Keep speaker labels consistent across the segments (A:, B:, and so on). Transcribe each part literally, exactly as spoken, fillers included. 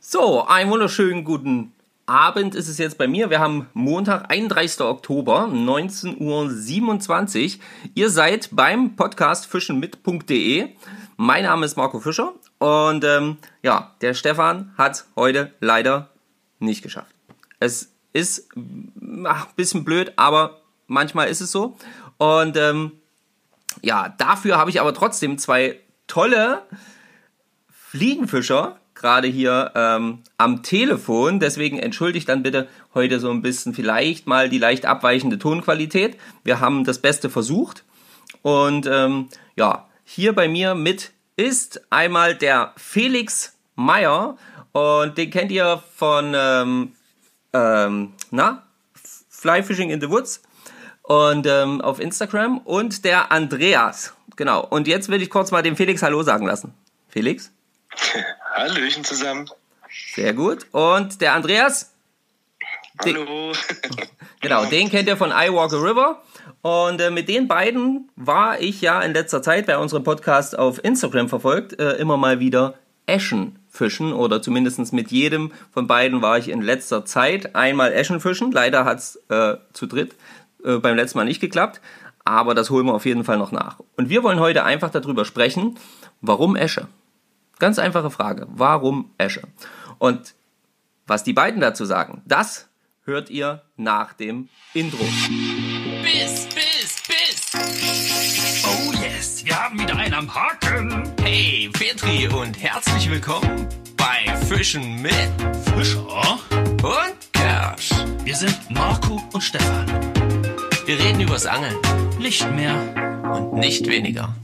A: So, einen wunderschönen guten Abend ist es jetzt bei mir. Wir haben Montag, einunddreißigsten Oktober, neunzehn Uhr siebenundzwanzig. Ihr seid beim Podcast fischen mit punkt de. Mein Name ist Marco Fischer und ähm, ja, der Stefan hat heute leider nicht geschafft. Es ist ach, ein bisschen blöd, aber manchmal ist es so. Und ähm, ja, dafür habe ich aber trotzdem zwei tolle Fliegenfischer gerade hier ähm, am Telefon. Deswegen entschuldigt dann bitte heute so ein bisschen vielleicht mal die leicht abweichende Tonqualität. Wir haben das Beste versucht. Und ähm, ja, hier bei mir mit ist einmal der Felix Meyer. Und den kennt ihr von ähm, ähm, na, Fly Fishing in the Woods und ähm, auf Instagram. Und der Andreas. Genau. Und jetzt will ich kurz mal dem Felix Hallo sagen lassen. Felix?
B: Hallöchen zusammen.
A: Sehr gut. Und der Andreas?
B: Hallo.
A: Den, genau, den kennt ihr von I Walk a River. Und äh, mit den beiden war ich ja in letzter Zeit, wer unseren Podcast auf Instagram verfolgt, äh, immer mal wieder Äschen fischen. Oder zumindest mit jedem von beiden war ich in letzter Zeit einmal Äschen fischen. Leider hat es äh, zu dritt äh, beim letzten Mal nicht geklappt. Aber das holen wir auf jeden Fall noch nach. Und wir wollen heute einfach darüber sprechen, warum Äsche? Ganz einfache Frage. Warum Äsche? Und was die beiden dazu sagen, das hört ihr nach dem Intro.
C: Biss, Biss, Biss. Oh yes, wir haben wieder einen am Haken. Hey, Petri und herzlich willkommen bei Fischen mit Fischer und Kersch. Wir sind Marco und Stefan. Wir reden übers Angeln. Nicht mehr und nicht weniger.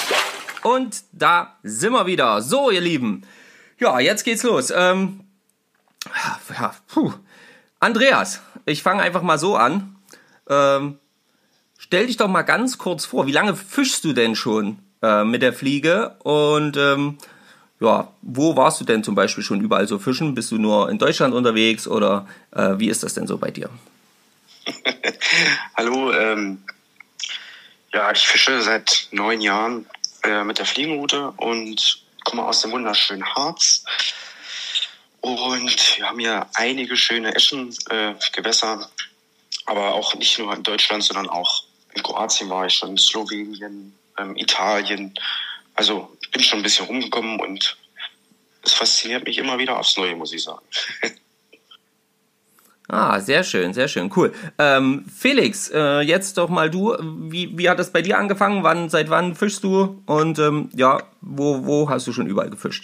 A: Und da sind wir wieder. So, ihr Lieben. Ja, jetzt geht's los. Ähm, ja, puh. Andreas, ich fange einfach mal so an. Ähm, stell dich doch mal ganz kurz vor, wie lange fischst du denn schon äh, mit der Fliege? Und ähm, ja, wo warst du denn zum Beispiel schon überall so fischen? Bist du nur in Deutschland unterwegs oder äh, wie ist das denn so bei dir?
B: Hallo, ähm, ja, ich fische seit neun Jahren mit der Fliegenroute und komme aus dem wunderschönen Harz. Und wir haben hier einige schöne Äschengewässer, äh, aber auch nicht nur in Deutschland, sondern auch in Kroatien war ich schon, Slowenien, ähm, Italien. Also bin schon ein bisschen rumgekommen und es fasziniert mich immer wieder aufs Neue, muss ich sagen.
A: Ah, sehr schön, sehr schön, cool. Ähm, Felix, äh, jetzt doch mal du, wie, wie hat das bei dir angefangen? Wann, seit wann fischst du? Und ähm, ja, wo, wo hast du schon überall gefischt?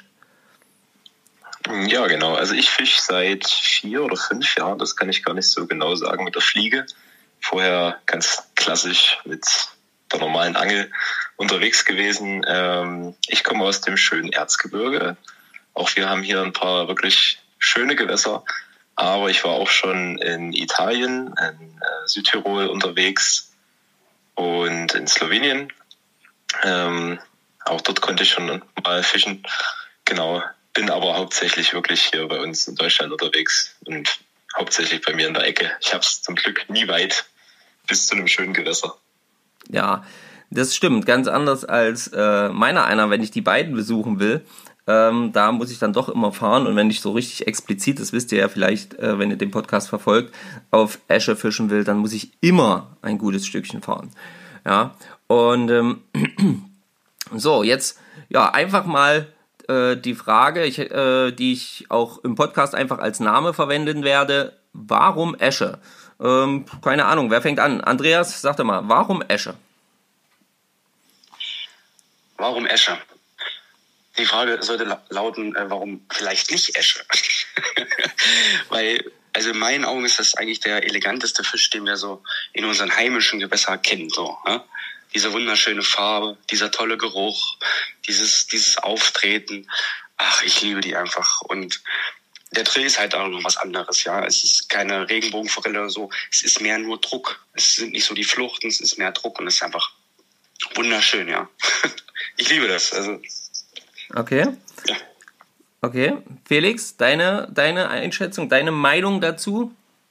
D: Ja, genau. Also ich fische seit vier oder fünf Jahren, das kann ich gar nicht so genau sagen, mit der Fliege. Vorher ganz klassisch mit der normalen Angel unterwegs gewesen. Ähm, ich komme aus dem schönen Erzgebirge. Auch wir haben hier ein paar wirklich schöne Gewässer. Aber ich war auch schon in Italien, in äh, Südtirol unterwegs und in Slowenien. Ähm, auch dort konnte ich schon mal fischen. Genau, bin aber hauptsächlich wirklich hier bei uns in Deutschland unterwegs und hauptsächlich bei mir in der Ecke. Ich habe es zum Glück nie weit bis zu einem schönen Gewässer.
A: Ja, das stimmt. Ganz anders als äh, meiner einer, wenn ich die beiden besuchen will. Ähm, da muss ich dann doch immer fahren und wenn ich so richtig explizit, das wisst ihr ja vielleicht, äh, wenn ihr den Podcast verfolgt, auf Äsche fischen will, dann muss ich immer ein gutes Stückchen fahren. Ja, und ähm, so, jetzt ja einfach mal äh, die Frage, ich, äh, die ich auch im Podcast einfach als Name verwenden werde, warum Äsche? Ähm, keine Ahnung, wer fängt an? Andreas, sag doch mal, warum Äsche?
B: Warum Äsche? Die Frage sollte lauten, äh, warum vielleicht nicht Äsche? Weil, also in meinen Augen ist das eigentlich der eleganteste Fisch, den wir so in unseren heimischen Gewässern kennen. So, ne? Diese wunderschöne Farbe, dieser tolle Geruch, dieses, dieses Auftreten. Ach, ich liebe die einfach. Und der Drill ist halt auch noch was anderes. Ja, es ist keine Regenbogenforelle oder so. Es ist mehr nur Druck. Es sind nicht so die Fluchten, es ist mehr Druck und es ist einfach wunderschön, ja. Ich liebe das, also.
A: Okay.
B: Ja.
A: Okay. Felix, deine, deine Einschätzung, deine Meinung dazu?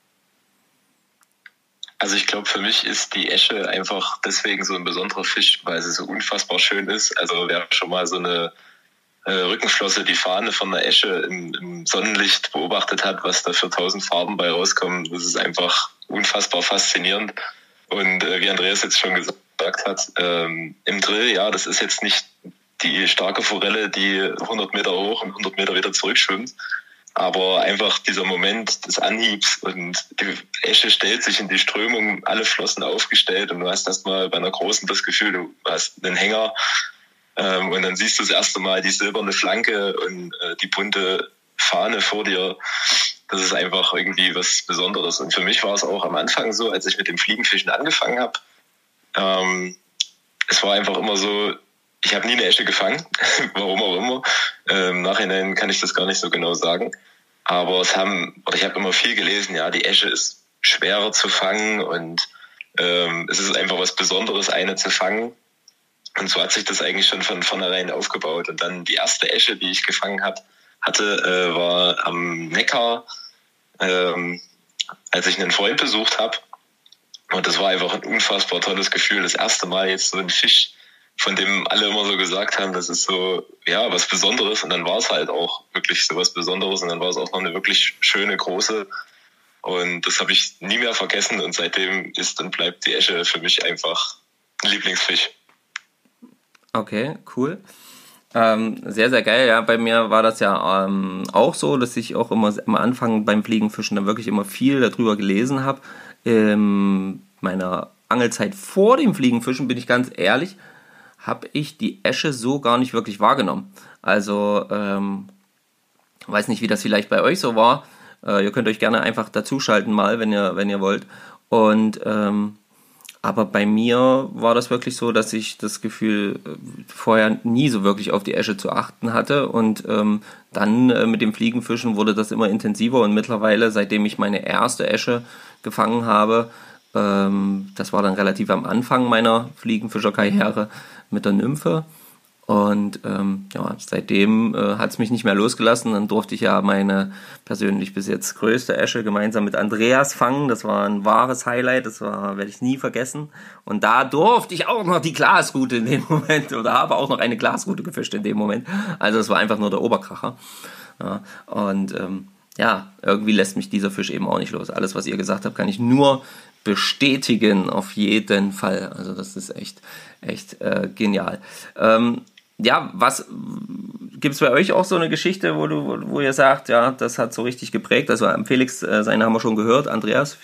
D: Also ich glaube, für mich ist die Äsche einfach deswegen so ein besonderer Fisch, weil sie so unfassbar schön ist. Also wer schon mal so eine äh, Rückenflosse die Fahne von der Esche im, im Sonnenlicht beobachtet hat, was da für tausend Farben bei rauskommen, das ist einfach unfassbar faszinierend. Und äh, wie Andreas jetzt schon gesagt hat, ähm, im Drill, ja, das ist jetzt nicht die starke Forelle, die hundert Meter hoch und hundert Meter wieder zurückschwimmt, aber einfach dieser Moment des Anhiebs und die Esche stellt sich in die Strömung, alle Flossen aufgestellt und du hast erstmal bei einer großen das Gefühl, du hast einen Hänger ähm, und dann siehst du das erste Mal die silberne Flanke und äh, die bunte Fahne vor dir. Das ist einfach irgendwie was Besonderes. Und für mich war es auch am Anfang so, als ich mit dem Fliegenfischen angefangen habe, ähm, es war einfach immer so, ich habe nie eine Esche gefangen, warum auch immer. Ähm, Im Nachhinein kann ich das gar nicht so genau sagen. Aber es haben, oder ich habe immer viel gelesen, ja, die Esche ist schwerer zu fangen und ähm, es ist einfach was Besonderes, eine zu fangen. Und so hat sich das eigentlich schon von vornherein aufgebaut. Und dann die erste Esche, die ich gefangen hat, hatte, äh, war am Neckar, ähm, als ich einen Freund besucht habe. Und das war einfach ein unfassbar tolles Gefühl. Das erste Mal jetzt so ein Fisch, von dem alle immer so gesagt haben, das ist so, ja, was Besonderes. Und dann war es halt auch wirklich so was Besonderes. Und dann war es auch noch eine wirklich schöne, große. Und das habe ich nie mehr vergessen. Und seitdem ist und bleibt die Esche für mich einfach ein Lieblingsfisch.
A: Okay, cool. Ähm, sehr, sehr geil. Ja, bei mir war das ja ähm, auch so, dass ich auch immer am Anfang beim Fliegenfischen dann wirklich immer viel darüber gelesen habe. In meiner Angelzeit vor dem Fliegenfischen, bin ich ganz ehrlich, habe ich die Esche so gar nicht wirklich wahrgenommen. Also, ähm, weiß nicht, wie das vielleicht bei euch so war. Äh, ihr könnt euch gerne einfach dazuschalten mal, wenn ihr, wenn ihr wollt. Und, ähm, aber bei mir war das wirklich so, dass ich das Gefühl äh, vorher nie so wirklich auf die Esche zu achten hatte. Und ähm, dann äh, mit dem Fliegenfischen wurde das immer intensiver. Und mittlerweile, seitdem ich meine erste Esche gefangen habe, ähm, das war dann relativ am Anfang meiner Fliegenfischerkarriere mit der Nymphe. Und ähm, ja, seitdem äh, hat es mich nicht mehr losgelassen. Dann durfte ich ja meine persönlich bis jetzt größte Esche gemeinsam mit Andreas fangen. Das war ein wahres Highlight, das war, werde ich nie vergessen. Und da durfte ich auch noch die Glasrute in dem Moment oder habe auch noch eine Glasrute gefischt in dem Moment. Also es war einfach nur der Oberkracher. Ja, und ähm, ja, irgendwie lässt mich dieser Fisch eben auch nicht los. Alles, was ihr gesagt habt, kann ich nur bestätigen, auf jeden Fall. Also das ist echt, echt äh, genial. Ähm, ja, was gibt es bei euch auch so eine Geschichte, wo du, wo, wo ihr sagt, ja, das hat so richtig geprägt? Also Felix, äh, seine haben wir schon gehört. Andreas?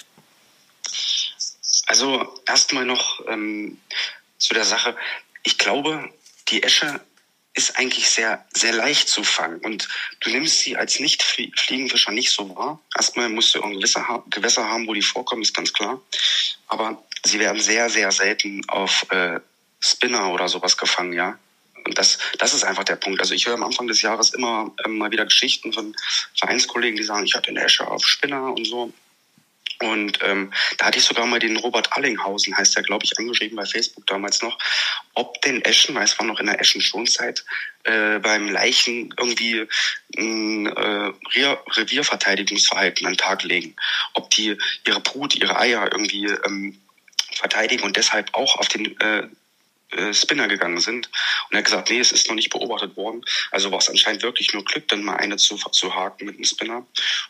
B: Also erstmal noch ähm, zu der Sache. Ich glaube, die Esche ist eigentlich sehr, sehr leicht zu fangen. Und du nimmst sie als Nicht-Fliegenfischer nicht so wahr. Erstmal musst du ein Gewässer, Gewässer haben, wo die vorkommen, ist ganz klar. Aber sie werden sehr, sehr selten auf äh, Spinner oder sowas gefangen, ja. Und das, das ist einfach der Punkt. Also ich höre am Anfang des Jahres immer ähm, mal wieder Geschichten von Vereinskollegen, die sagen, ich hatte eine Esche auf Spinner und so. Und ähm, da hatte ich sogar mal den Robert Allinghausen, heißt der, glaube ich, angeschrieben bei Facebook damals noch, ob den Eschen, weil es war noch in der Eschenschonzeit, äh, beim Leichen irgendwie ein äh, Revierverteidigungsverhalten an den Tag legen. Ob die ihre Brut, ihre Eier irgendwie ähm, verteidigen und deshalb auch auf den äh, äh, Spinner gegangen sind. Und er hat gesagt, nee, es ist noch nicht beobachtet worden. Also war es anscheinend wirklich nur Glück, dann mal eine zu, zu haken mit einem Spinner.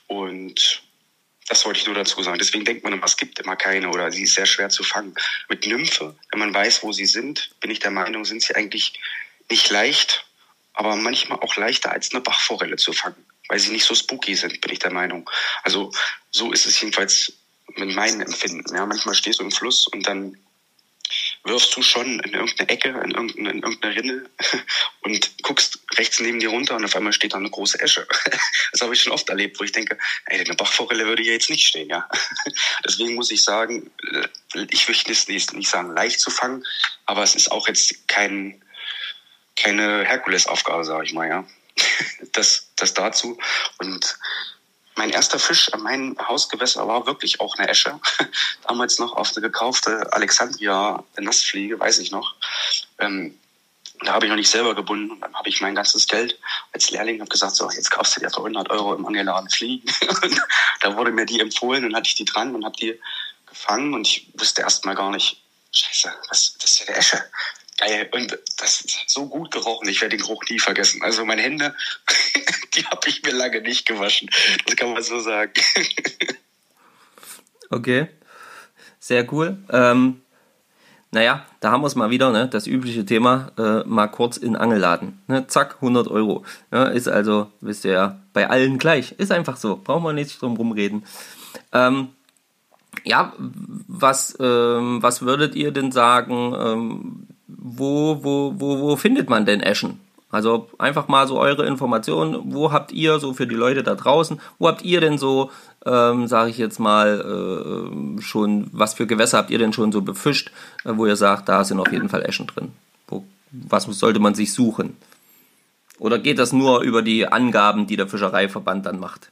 B: Und das wollte ich nur dazu sagen. Deswegen denkt man immer, es gibt immer keine oder sie ist sehr schwer zu fangen. Mit Nymphe, wenn man weiß, wo sie sind, bin ich der Meinung, sind sie eigentlich nicht leicht, aber manchmal auch leichter als eine Bachforelle zu fangen, weil sie nicht so spooky sind, bin ich der Meinung. Also so ist es jedenfalls mit meinem Empfinden. Ja, manchmal stehst du im Fluss und dann wirfst du schon in irgendeine Ecke, in irgendeine, in irgendeine Rinne und guckst rechts neben dir runter und auf einmal steht da eine große Esche. Das habe ich schon oft erlebt, wo ich denke, ey, eine Bachforelle würde hier jetzt nicht stehen, ja. Deswegen muss ich sagen, ich möchte es nicht sagen, leicht zu fangen, aber es ist auch jetzt kein, keine Herkulesaufgabe, sage ich mal, ja. Das, das dazu. Und mein erster Fisch an meinem Hausgewässer war wirklich auch eine Esche. Damals noch auf eine gekaufte Alexandria Nassfliege, weiß ich noch. Ähm, da habe ich noch nicht selber gebunden. Und dann habe ich mein ganzes Geld als Lehrling hab gesagt, so, jetzt kaufst du dir für hundert Euro im Angeladen Fliegen. Und da wurde mir die empfohlen und hatte ich die dran und habe die gefangen. Und ich wusste erst mal gar nicht, scheiße, was, das ist ja eine Esche. Geil. Und das ist so gut gerochen, ich werde den Geruch nie vergessen. Also meine Hände, die habe ich mir lange nicht gewaschen. Das kann man so sagen.
A: Okay, sehr cool. Ähm, naja, da haben wir es mal wieder, ne? Das übliche Thema, äh, mal kurz in den Angelladen. Ne? Zack, hundert Euro. Ja, ist also, wisst ihr ja, bei allen gleich. Ist einfach so, brauchen wir nicht drum rumreden. Ähm, ja, was, ähm, was würdet ihr denn sagen, ähm, wo, wo, wo, wo findet man denn Äschen? Also einfach mal so eure Informationen, wo habt ihr so für die Leute da draußen, wo habt ihr denn so, ähm, sage ich jetzt mal, äh, schon, was für Gewässer habt ihr denn schon so befischt, äh, wo ihr sagt, da sind auf jeden Fall Äschen drin? Wo, was sollte man sich suchen? Oder geht das nur über die Angaben, die der Fischereiverband dann macht?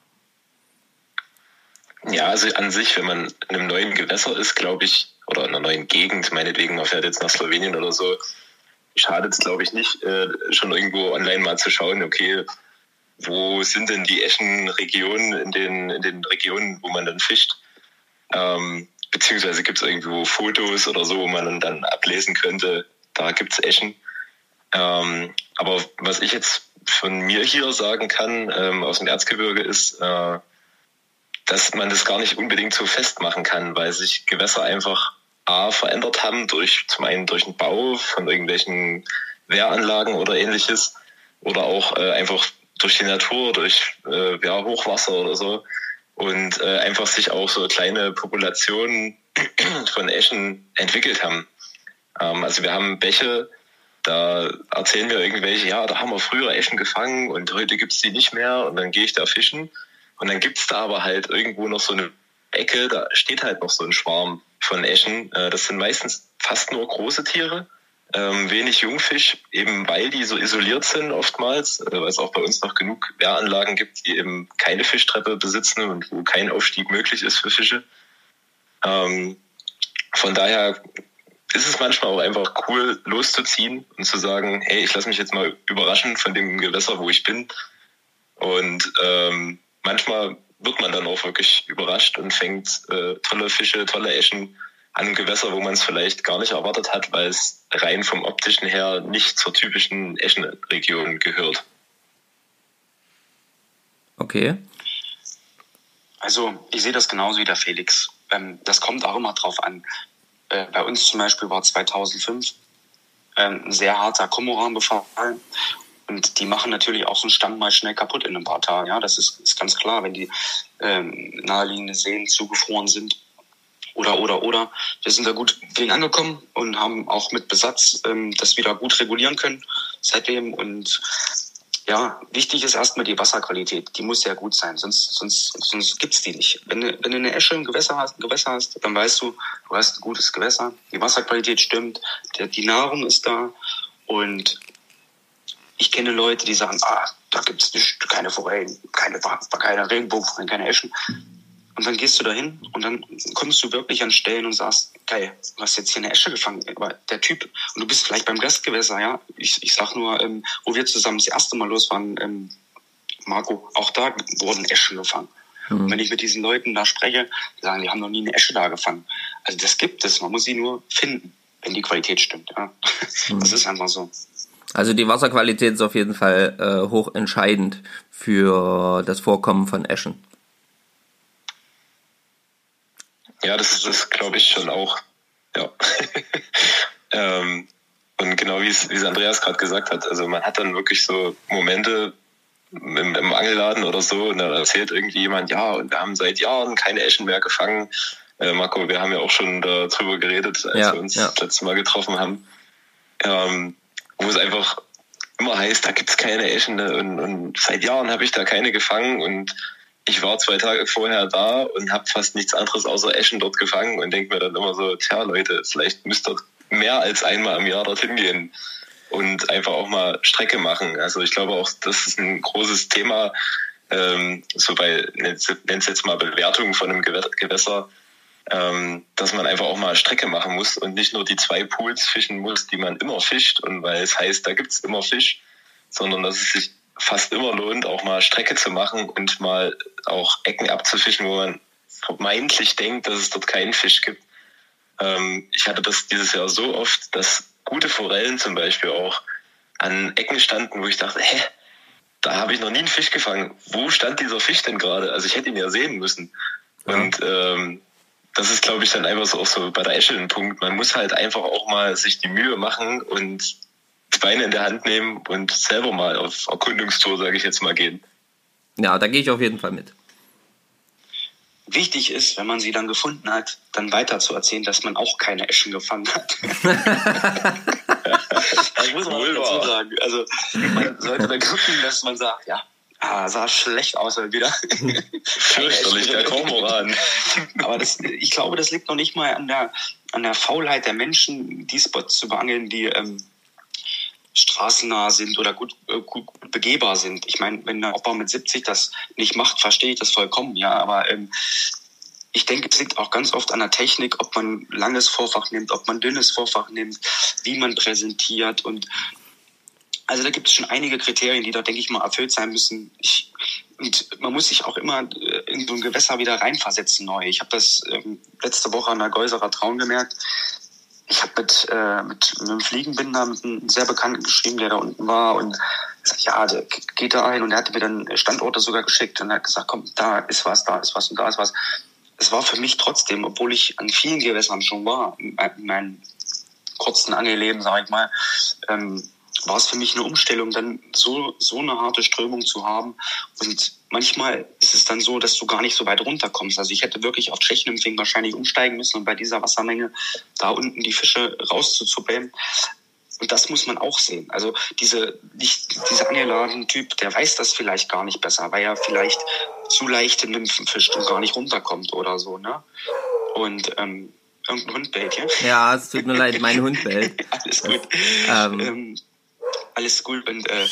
D: Ja, also an sich, wenn man in einem neuen Gewässer ist, glaube ich, oder in einer neuen Gegend, meinetwegen, man fährt jetzt nach Slowenien oder so, schadet es, glaube ich, nicht, äh, schon irgendwo online mal zu schauen, okay, wo sind denn die Äschenregionen in den, in den Regionen, wo man dann fischt? Ähm, beziehungsweise gibt es irgendwo Fotos oder so, wo man dann ablesen könnte, da gibt es Äschen. Ähm, aber was ich jetzt von mir hier sagen kann, ähm, aus dem Erzgebirge, ist, äh, dass man das gar nicht unbedingt so festmachen kann, weil sich Gewässer einfach A, verändert haben, durch zum einen durch den Bau von irgendwelchen Wehranlagen oder ähnliches oder auch äh, einfach durch die Natur, durch äh, ja, Hochwasser oder so und äh, einfach sich auch so kleine Populationen von Äschen entwickelt haben. Ähm, also wir haben Bäche, da erzählen wir irgendwelche, ja, da haben wir früher Äschen gefangen und heute gibt's die nicht mehr und dann gehe ich da fischen und dann gibt's da aber halt irgendwo noch so eine Ecke, da steht halt noch so ein Schwarm von Äschen. Das sind meistens fast nur große Tiere, ähm, wenig Jungfisch, eben weil die so isoliert sind oftmals, äh, weil es auch bei uns noch genug Wehranlagen gibt, die eben keine Fischtreppe besitzen und wo kein Aufstieg möglich ist für Fische. Ähm, von daher ist es manchmal auch einfach cool, loszuziehen und zu sagen, hey, ich lasse mich jetzt mal überraschen von dem Gewässer, wo ich bin. Und ähm, manchmal wird man dann auch wirklich überrascht und fängt äh, tolle Fische, tolle Äschen an einem Gewässer, wo man es vielleicht gar nicht erwartet hat, weil es rein vom Optischen her nicht zur typischen Äschenregion gehört.
A: Okay.
B: Also ich sehe das genauso wie der Felix. Ähm, das kommt auch immer drauf an. Äh, bei uns zum Beispiel war zweitausendfünf ähm, ein sehr harter Kormoranbefall. Und die machen natürlich auch so einen Stamm mal schnell kaputt in ein paar Tagen. Ja, das ist, ist ganz klar, wenn die ähm, naheliegenden Seen zugefroren sind. Oder, oder, oder. Wir sind da gut gegen angekommen und haben auch mit Besatz ähm, das wieder gut regulieren können seitdem. Und ja, wichtig ist erstmal die Wasserqualität. Die muss ja gut sein, sonst, sonst, sonst gibt's die nicht. Wenn du, wenn du eine Äsche im Gewässer hast, ein Gewässer hast, dann weißt du, du hast ein gutes Gewässer. Die Wasserqualität stimmt, der, die Nahrung ist da. Und ich kenne Leute, die sagen, ah, da gibt's nicht, keine Forellen, keine, keine Regenbogenforellen, keine Äschen. Und dann gehst du dahin und dann kommst du wirklich an Stellen und sagst, geil, du hast jetzt hier eine Äsche gefangen. Aber der Typ, und du bist vielleicht beim Gastgewässer, ja. Ich, ich sag nur, ähm, wo wir zusammen das erste Mal los waren, ähm, Marco, auch da wurden Äschen gefangen. Mhm. Und wenn ich mit diesen Leuten da spreche, die sagen, die haben noch nie eine Äsche da gefangen. Also das gibt es, man muss sie nur finden, wenn die Qualität stimmt, ja. Mhm. Das ist einfach so.
A: Also die Wasserqualität ist auf jeden Fall äh, hoch entscheidend für das Vorkommen von Äschen.
D: Ja, das ist das, glaube ich, schon auch. Ja. ähm, und genau wie es, wie es Andreas gerade gesagt hat, also man hat dann wirklich so Momente im, im Angelladen oder so und dann erzählt irgendwie jemand, ja, und wir haben seit Jahren keine Äschen mehr gefangen. Äh, Marco, wir haben ja auch schon darüber geredet, als
A: ja,
D: wir uns
A: ja.
D: das letzte Mal getroffen haben. Ähm, wo es einfach immer heißt, da gibt's keine Äschen und, und seit Jahren habe ich da keine gefangen und ich war zwei Tage vorher da und habe fast nichts anderes außer Äschen dort gefangen und denke mir dann immer so, tja Leute, vielleicht müsst ihr mehr als einmal im Jahr dorthin gehen und einfach auch mal Strecke machen. Also ich glaube auch, das ist ein großes Thema, ähm, so bei, nenn's jetzt mal Bewertung von einem Gewässer, ähm, dass man einfach auch mal Strecke machen muss und nicht nur die zwei Pools fischen muss, die man immer fischt und weil es heißt, da gibt's immer Fisch, sondern dass es sich fast immer lohnt, auch mal Strecke zu machen und mal auch Ecken abzufischen, wo man vermeintlich denkt, dass es dort keinen Fisch gibt. Ähm, ich hatte das dieses Jahr so oft, dass gute Forellen zum Beispiel auch an Ecken standen, wo ich dachte, hä, da habe ich noch nie einen Fisch gefangen. Wo stand dieser Fisch denn gerade? Also ich hätte ihn ja sehen müssen. Ja. Und ähm, das ist, glaube ich, dann einfach so auch so bei der Esche ein Punkt. Man muss halt einfach auch mal sich die Mühe machen und die Beine in der Hand nehmen und selber mal auf Erkundungstour, sage ich jetzt mal, gehen.
A: Ja, da gehe ich auf jeden Fall mit.
B: Wichtig ist, wenn man sie dann gefunden hat, dann weiter zu erzählen, dass man auch keine Eschen gefangen hat. Das muss man dazu sagen. Also man sollte dann gucken, dass man sagt, ja, ah, sah schlecht aus heute wieder.
D: Fürchterlich, der Kormoran.
B: Aber das, ich glaube, das liegt noch nicht mal an der, an der Faulheit der Menschen, die Spots zu beangeln, die ähm, straßennah sind oder gut, äh, gut begehbar sind. Ich meine, wenn der Opa mit siebzig das nicht macht, verstehe ich das vollkommen, ja, aber ähm, ich denke, es liegt auch ganz oft an der Technik, ob man langes Vorfach nimmt, ob man dünnes Vorfach nimmt, wie man präsentiert und also da gibt es schon einige Kriterien, die da, denke ich mal, erfüllt sein müssen. Ich, und man muss sich auch immer in so ein Gewässer wieder reinversetzen neu. Ich habe das ähm, letzte Woche an der Geuserer Traun gemerkt. Ich habe mit, äh, mit, mit einem Fliegenbinder mit einem sehr Bekannten geschrieben, der da unten war und gesagt, ja, der geht da ein und er hatte mir dann Standorte sogar geschickt und er hat gesagt, komm, da ist was, da ist was und da ist was. Es war für mich trotzdem, obwohl ich an vielen Gewässern schon war, in meinem kurzen Angelleben, sage ich mal, ähm, war es für mich eine Umstellung, dann so so eine harte Strömung zu haben. Und manchmal ist es dann so, dass du gar nicht so weit runterkommst. Also ich hätte wirklich auf Tschechien-Empfing wahrscheinlich umsteigen müssen und bei dieser Wassermenge da unten die Fische rauszuzuppeln. Und das muss man auch sehen. Also diese nicht dieser Angeladen-Typ, der weiß das vielleicht gar nicht besser, weil er vielleicht zu leichte Nymphen fischt und gar nicht runterkommt oder so, ne? Und ähm, irgendein Hund bellt, ja?
A: Ja, es tut mir leid, mein Hund bellt.
B: Alles gut.
A: Das, ähm,
B: ähm, alles gut und äh,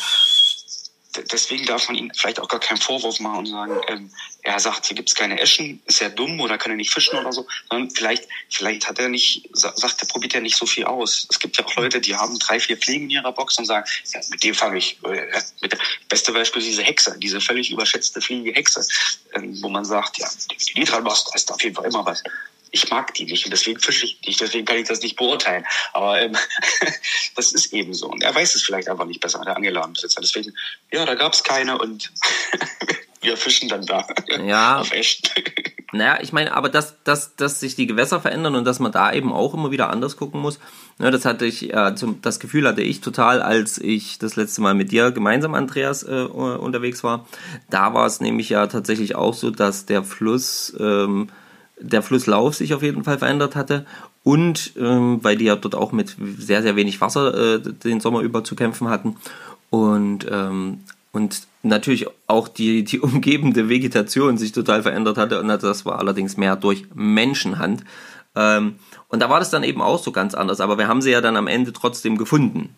B: deswegen darf man ihm vielleicht auch gar keinen Vorwurf machen und sagen, ähm, er sagt, hier gibt's keine Eschen, ist er dumm oder kann er nicht fischen oder so, sondern vielleicht, vielleicht hat er nicht, sagt er, probiert er nicht so viel aus. Es gibt ja auch Leute, die haben drei, vier Fliegen in ihrer Box und sagen, ja, mit dem fange ich. Mit der, beste Beispiel ist diese Hexe, diese völlig überschätzte Fliege Hexe, ähm, wo man sagt, ja, wenn du die dran machst, da ist auf jeden Fall immer was. Ich mag die nicht und deswegen fische ich nicht, deswegen kann ich das nicht beurteilen. Aber ähm, das ist eben so. Und er weiß es vielleicht einfach nicht besser, der Angeladenbesitzer. Deswegen, ja, da gab es keine und wir fischen dann da.
A: Ja.
B: Auf echt.
A: Naja, ich meine, aber dass, dass, dass sich die Gewässer verändern und dass man da eben auch immer wieder anders gucken muss, ne, das hatte ich, äh, zum, das Gefühl hatte ich total, als ich das letzte Mal mit dir gemeinsam, Andreas, äh, unterwegs war. Da war es nämlich ja tatsächlich auch so, dass der Fluss, ähm, der Flusslauf sich auf jeden Fall verändert hatte und ähm, weil die ja dort auch mit sehr, sehr wenig Wasser äh, den Sommer über zu kämpfen hatten und ähm, und natürlich auch die, die umgebende Vegetation sich total verändert hatte und das war allerdings mehr durch Menschenhand. Ähm, und da war das dann eben auch so ganz anders, aber wir haben sie ja dann am Ende trotzdem gefunden.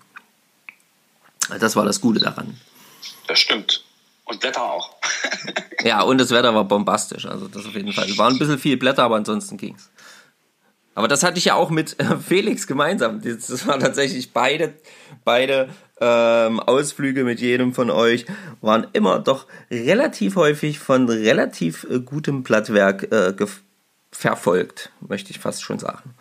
A: Das war das Gute daran.
B: Das stimmt. Und Blätter auch.
A: Ja, und das Wetter war bombastisch, also das auf jeden Fall. Es waren ein bisschen viel Blätter, aber ansonsten ging's. Aber das hatte ich ja auch mit äh, Felix gemeinsam. Das, das war tatsächlich beide, beide ähm, Ausflüge mit jedem von euch waren immer doch relativ häufig von relativ äh, gutem Blattwerk äh, gef- verfolgt, möchte ich fast schon sagen.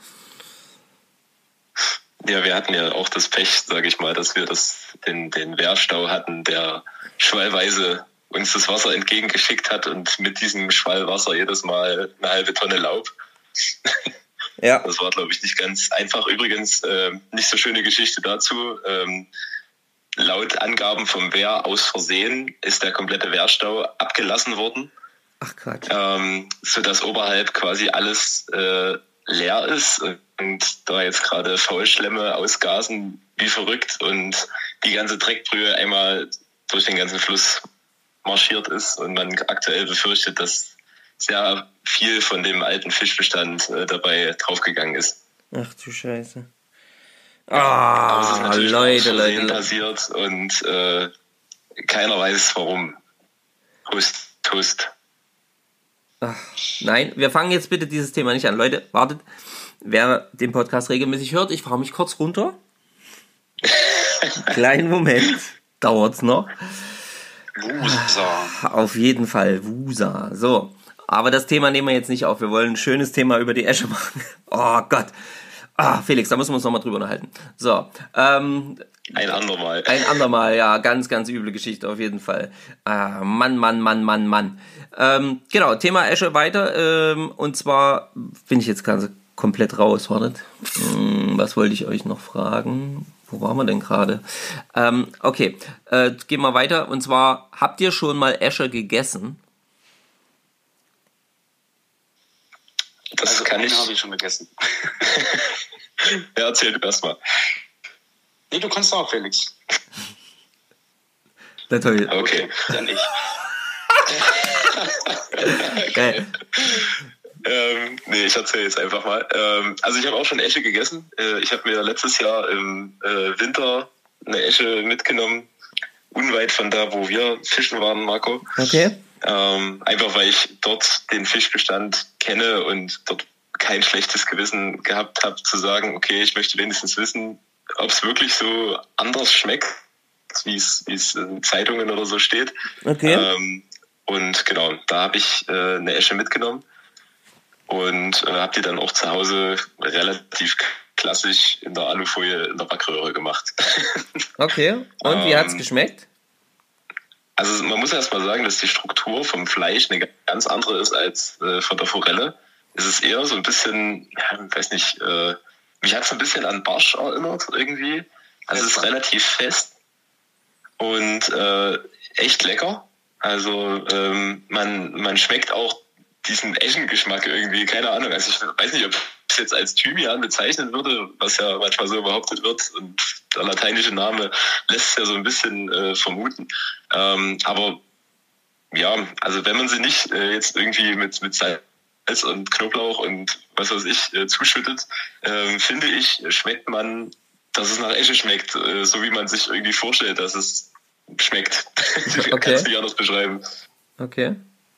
D: Ja, wir hatten ja auch das Pech, sage ich mal, dass wir das, den, den Wehrstau hatten, der schwallweise uns das Wasser entgegengeschickt hat und mit diesem Schwallwasser jedes Mal eine halbe Tonne Laub.
A: Ja.
D: Das war, glaube ich, nicht ganz einfach. Übrigens, äh, nicht so schöne Geschichte dazu. Ähm, laut Angaben vom Wehr aus Versehen ist der komplette Wehrstau abgelassen worden.
A: Ach Quatsch.
D: Ähm, sodass oberhalb quasi alles äh, leer ist und da jetzt gerade Faulschlämme ausgasen wie verrückt und die ganze Dreckbrühe einmal durch den ganzen Fluss marschiert ist und man aktuell befürchtet, dass sehr viel von dem alten Fischbestand äh, dabei draufgegangen ist.
A: Ach du Scheiße. Ah,
D: oh, Leute,
A: Leute, Leute.
D: passiert und äh, keiner weiß warum. Hust, hust.
A: Ach, nein, wir fangen jetzt bitte dieses Thema nicht an. Leute, wartet. Wer den Podcast regelmäßig hört, ich fahre mich kurz runter. Kleinen Moment. Dauert's noch.
B: Wusa.
A: Auf jeden Fall, Wusa. So, aber das Thema nehmen wir jetzt nicht auf. Wir wollen ein schönes Thema über die Esche machen. Oh Gott. Ah, Felix, da müssen wir uns nochmal drüber unterhalten. So, ähm...
D: Ein andermal.
A: Ein andermal, ja, ganz, ganz üble Geschichte auf jeden Fall. Ah, Mann, Mann, Mann, Mann, Mann. Ähm, genau, Thema Esche weiter. Ähm, und zwar bin ich jetzt ganz komplett raus, wartet. Hm, was wollte ich euch noch fragen? Wo waren wir denn gerade? Ähm, okay, äh, gehen wir weiter. Und zwar, habt ihr schon mal Esche gegessen?
D: Das
B: also
D: kann ich.
B: habe ich schon gegessen.
D: Ja, erzähl du erst mal.
B: Nee, du kannst auch, Felix.
A: Natürlich.
D: Okay.
B: Dann ich.
A: Geil.
D: Ähm, nee, ich erzähle jetzt einfach mal. Ähm, also ich habe auch schon Esche gegessen. Äh, ich habe mir letztes Jahr im äh, Winter eine Esche mitgenommen, unweit von da, wo wir fischen waren, Marco.
A: Okay.
D: Ähm, einfach weil ich dort den Fischbestand kenne und dort kein schlechtes Gewissen gehabt habe, zu sagen, okay, ich möchte wenigstens wissen, ob es wirklich so anders schmeckt, wie es wie es in Zeitungen oder so steht.
A: Okay.
D: Ähm, und genau, da habe ich äh, eine Esche mitgenommen und äh, habe die dann auch zu Hause relativ klassisch in der Alufolie in der Backröhre gemacht.
A: Okay. Und wie hat's
D: Ähm,
A: geschmeckt?
D: Also man muss erst mal sagen, dass die Struktur vom Fleisch eine ganz andere ist als äh, von der Forelle. Es ist eher so ein bisschen, ja, ich weiß nicht, äh, mich hat es ein bisschen an Barsch erinnert irgendwie. Also es ist relativ fest und äh, echt lecker. Also ähm, man, man schmeckt auch diesen Eschengeschmack irgendwie, keine Ahnung. Also ich weiß nicht, ob ich es jetzt als Thymian bezeichnen würde, was ja manchmal so behauptet wird. Und der lateinische Name lässt es ja so ein bisschen äh, vermuten. Ähm, aber ja, also wenn man sie nicht äh, jetzt irgendwie mit, mit Salz und Knoblauch und was weiß ich äh, zuschüttet, äh, finde ich, schmeckt man, dass es nach Esche schmeckt, äh, so wie man sich irgendwie vorstellt, dass es schmeckt. Ich
A: Okay.
D: kann es nicht anders beschreiben.
A: Okay.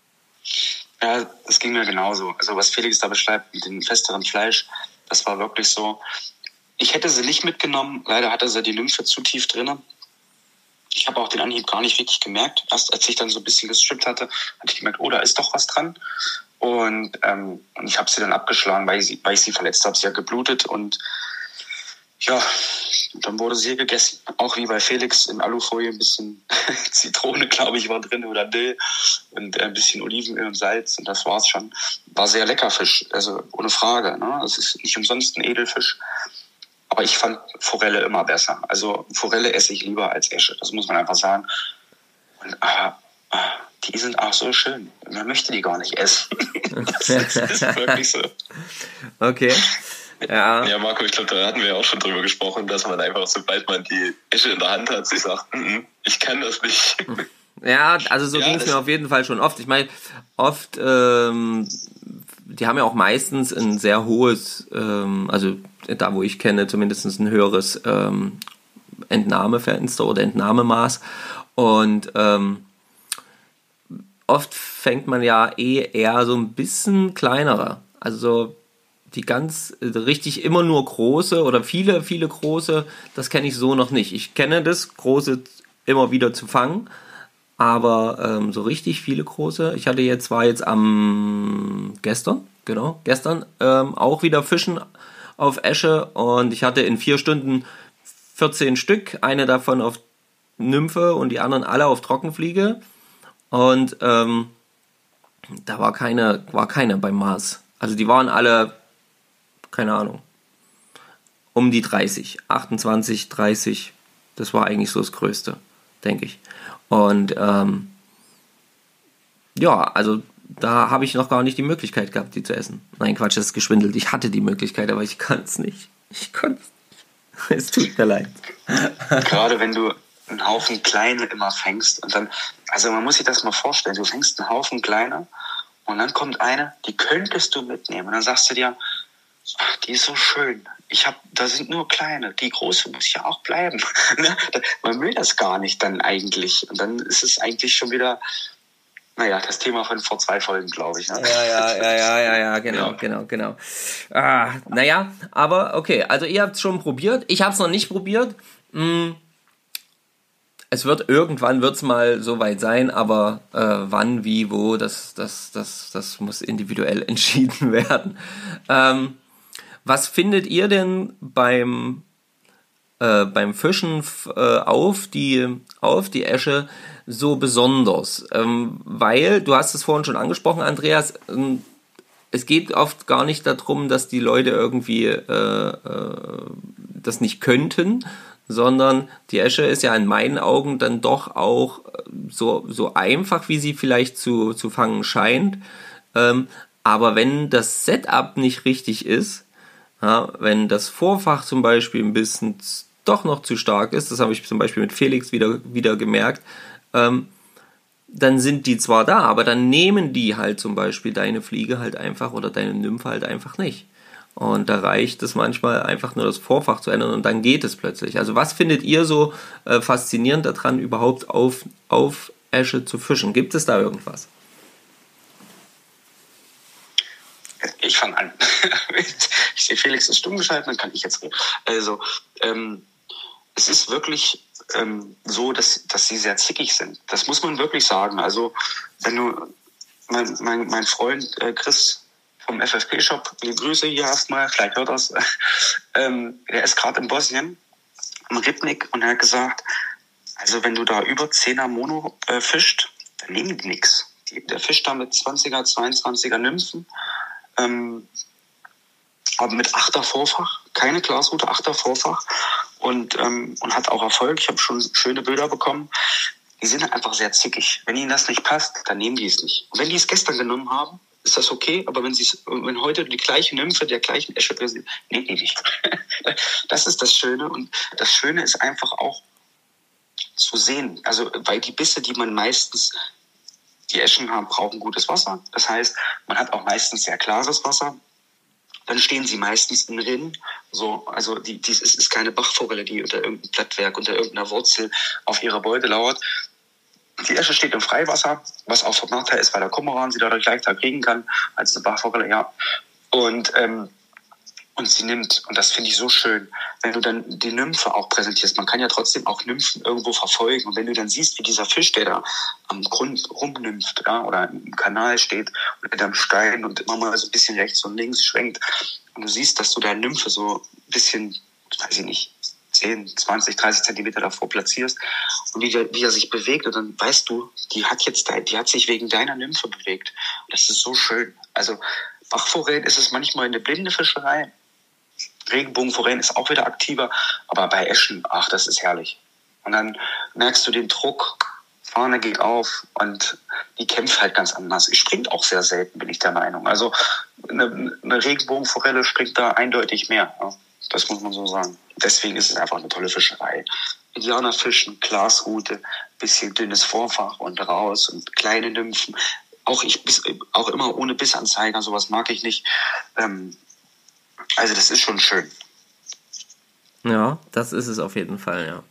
B: Ja, das ging mir genauso. Also was Felix da beschreibt mit dem festeren Fleisch, das war wirklich so. Ich hätte sie nicht mitgenommen. Leider hatte sie die Lymphe zu tief drin. Ich habe auch den Anhieb gar nicht richtig gemerkt. Erst als ich dann so ein bisschen gestrippt hatte, hatte ich gemerkt, oh, da ist doch was dran. Und, ähm, und ich habe sie dann abgeschlagen, weil ich sie, weil ich sie verletzt habe. Sie hat geblutet und ja, dann wurde sie gegessen. Auch wie bei Felix in Alufolie, ein bisschen Zitrone, glaube ich, war drin oder Dill und ein bisschen Olivenöl und Salz und das war's schon. War sehr lecker Fisch, also ohne Frage. Ne? Es ist nicht umsonst ein Edelfisch. Aber ich fand Forelle immer besser. Also Forelle esse ich lieber als Esche, das muss man einfach sagen. Und ah, ah, die sind auch so schön. Man möchte die gar nicht essen. Das ist, das ist wirklich so.
A: Okay. Ja.
D: Ja, Marco, ich glaube, da hatten wir ja auch schon drüber gesprochen, dass man einfach, sobald man die Esche in der Hand hat, sich sagt, mm-mm, ich kann das nicht.
A: Ja, also so
D: Ja,
A: ging es
D: das-
A: mir auf jeden Fall schon oft. Ich meine, oft, ähm, die haben ja auch meistens ein sehr hohes, ähm, also da wo ich kenne, zumindest ein höheres ähm, Entnahmefenster oder Entnahmemaß. Und ähm, oft fängt man ja eh eher so ein bisschen kleinere. Also so die ganz äh, richtig immer nur große oder viele, viele große, das kenne ich so noch nicht. Ich kenne das, große immer wieder zu fangen, aber ähm, so richtig viele große. Ich hatte jetzt, war jetzt am gestern, genau, gestern ähm, auch wieder Fischen auf Esche und ich hatte in vier Stunden vierzehn Stück, eine davon auf Nymphe und die anderen alle auf Trockenfliege und ähm, da war keine, war keine beim Maß. Also die waren alle, keine Ahnung, um die dreißig, achtundzwanzig, dreißig, das war eigentlich so das Größte, denke ich. Und ähm, ja, also da habe ich noch gar nicht die Möglichkeit gehabt, die zu essen. Nein, Quatsch, das ist geschwindelt. Ich hatte die Möglichkeit, aber ich kann es nicht. Ich konnte es nicht. Es tut mir leid.
B: Gerade wenn du einen Haufen Kleine immer fängst und dann, also man muss sich das mal vorstellen, du fängst einen Haufen Kleine und dann kommt eine, die könntest du mitnehmen und dann sagst du dir, ach, die ist so schön. Ich hab, da sind nur Kleine. Die Große muss ja auch bleiben. Man will das gar nicht dann eigentlich. Und dann ist es eigentlich schon wieder, naja, das Thema von vor zwei Folgen, glaube ich. Ne?
A: Ja, ja, ja, ja, ja, ja, genau,
D: Ja.
A: genau, genau. Ah, naja, aber okay, also ihr habt es schon probiert. Ich habe es noch nicht probiert. Hm. Es wird irgendwann wird's mal soweit sein, aber äh, wann, wie, wo, das, das, das, das muss individuell entschieden werden. Ähm, Was findet ihr denn beim, äh, beim Fischen äh, auf, die, auf die Äsche so besonders? Ähm, weil, du hast es vorhin schon angesprochen, Andreas, ähm, es geht oft gar nicht darum, dass die Leute irgendwie äh, äh, das nicht könnten, sondern die Äsche ist ja in meinen Augen dann doch auch so, so einfach, wie sie vielleicht zu, zu fangen scheint. Ähm, aber wenn das Setup nicht richtig ist, ja, wenn das Vorfach zum Beispiel ein bisschen doch noch zu stark ist, das habe ich zum Beispiel mit Felix wieder, wieder gemerkt, ähm, dann sind die zwar da, aber dann nehmen die halt zum Beispiel deine Fliege halt einfach oder deine Nymphe halt einfach nicht. Und da reicht es manchmal einfach nur das Vorfach zu ändern und dann geht es plötzlich. Also was findet ihr so äh, faszinierend daran, überhaupt auf, auf Äsche zu fischen? Gibt es da irgendwas?
B: Ich fange an. Ich sehe, Felix ist stumm geschaltet, dann kann ich jetzt reden. Also, ähm, es ist wirklich ähm, so, dass, dass sie sehr zickig sind. Das muss man wirklich sagen. Also, wenn du, mein, mein, mein Freund äh, Chris vom F F P-Shop, die Grüße hier erstmal, vielleicht hört das, ähm, der ist gerade in Bosnien, am Rybnik, und er hat gesagt, also wenn du da über zehner Mono äh, fischt, dann nehmen die nichts. Der fischt da mit zwanziger, zweiundzwanziger Nymphen, ähm, aber mit achter Vorfach, keine Glasrute, achter Vorfach, und, ähm, und hat auch Erfolg. Ich habe schon schöne Bilder bekommen. Die sind einfach sehr zickig. Wenn ihnen das nicht passt, dann nehmen die es nicht. Und wenn die es gestern genommen haben, ist das okay, aber wenn sie wenn heute die gleiche Nymphe der gleichen Äsche präsentiert, nehmen die nicht. Das ist das Schöne, und das Schöne ist einfach auch zu sehen, also weil die Bisse, die man meistens, die Äschen haben, brauchen gutes Wasser. Das heißt, man hat auch meistens sehr klares Wasser. Dann stehen sie meistens in Rinnen. So, also die, die, es ist keine Bachforelle, die unter irgendeinem Blattwerk, unter irgendeiner Wurzel auf ihrer Beute lauert. Die Äsche steht im Freiwasser, was auch vom Nachteil ist, weil der Kormoran sie dadurch leichter kriegen kann als eine Bachforelle, ja. Und, ähm, und sie nimmt, und das finde ich so schön, wenn du dann die Nymphe auch präsentierst. Man kann ja trotzdem auch Nymphen irgendwo verfolgen. Und wenn du dann siehst, wie dieser Fisch, der da am Grund rumnympht, ja, oder im Kanal steht, oder am Stein und immer mal so ein bisschen rechts und links schwenkt, und du siehst, dass du da Nymphe so ein bisschen, weiß ich nicht, zehn, zwanzig, dreißig Zentimeter davor platzierst und wie, der, wie er sich bewegt, und dann weißt du, die hat jetzt, die hat sich wegen deiner Nymphe bewegt. Und das ist so schön. Also Bachforellen ist es manchmal eine blinde Fischerei. Regenbogenforellen ist auch wieder aktiver, aber bei Äschen, ach, das ist herrlich. Und dann merkst du den Druck, Fahne geht auf, und die kämpft halt ganz anders. Sie springt auch sehr selten, bin ich der Meinung. Also eine, eine Regenbogenforelle springt da eindeutig mehr. Ja. Das muss man so sagen. Deswegen ist es einfach eine tolle Fischerei. Indianerfischen, Glasrute, bisschen dünnes Vorfach und raus und kleine Nymphen. Auch ich auch immer ohne Bissanzeiger, sowas mag ich nicht. Ähm, also das ist schon schön.
A: Ja, das ist es auf jeden Fall, ja.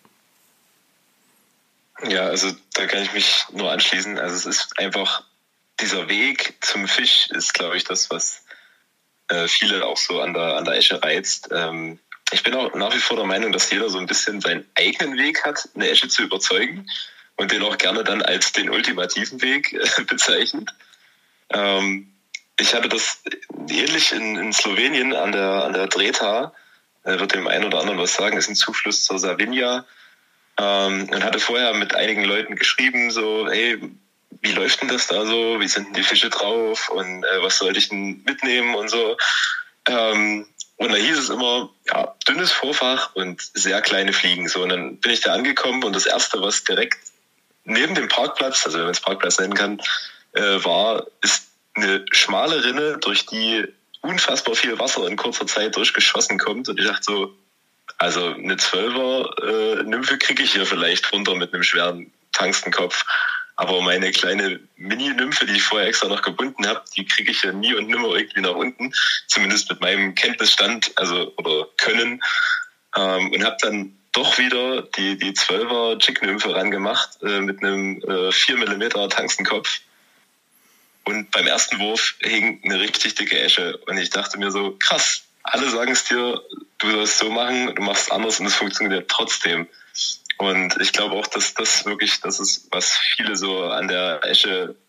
D: Ja, also da kann ich mich nur anschließen. Also es ist einfach, dieser Weg zum Fisch ist, glaube ich, das, was äh, viele auch so an der, an der Äsche reizt. Ähm, ich bin auch nach wie vor der Meinung, dass jeder so ein bisschen seinen eigenen Weg hat, eine Äsche zu überzeugen, und den auch gerne dann als den ultimativen Weg äh, bezeichnet. Ähm, ich hatte das ähnlich in, in Slowenien an der, an der Dreta, äh, wird dem einen oder anderen was sagen, ist ein Zufluss zur Savinja, ähm, und hatte vorher mit einigen Leuten geschrieben, so, hey, wie läuft denn das da so, wie sind denn die Fische drauf, und äh, was sollte ich denn mitnehmen und so. Ähm, und da hieß es immer, ja, dünnes Vorfach und sehr kleine Fliegen. So, und dann bin ich da angekommen, und das Erste, was direkt neben dem Parkplatz, also wenn man es Parkplatz nennen kann, äh, war, ist eine schmale Rinne, durch die unfassbar viel Wasser in kurzer Zeit durchgeschossen kommt. Und ich dachte so, also eine Zwölfer äh, Nymphe kriege ich hier vielleicht runter mit einem schweren Tangstenkopf. Aber meine kleine Mini-Nymphe, die ich vorher extra noch gebunden habe, die kriege ich ja nie und nimmer irgendwie nach unten. Zumindest mit meinem Kenntnisstand, also oder Können. Ähm, und habe dann doch wieder die die Zwölfer Chick-Nymphe rangemacht äh, mit einem äh, vier Millimeter Tangstenkopf. Und beim ersten Wurf hing eine richtig dicke Äsche. Und ich dachte mir so, krass, alle sagen es dir, du sollst so machen, du machst es anders, und es funktioniert trotzdem. Und ich glaube auch, dass das wirklich das ist, was viele so an der Äsche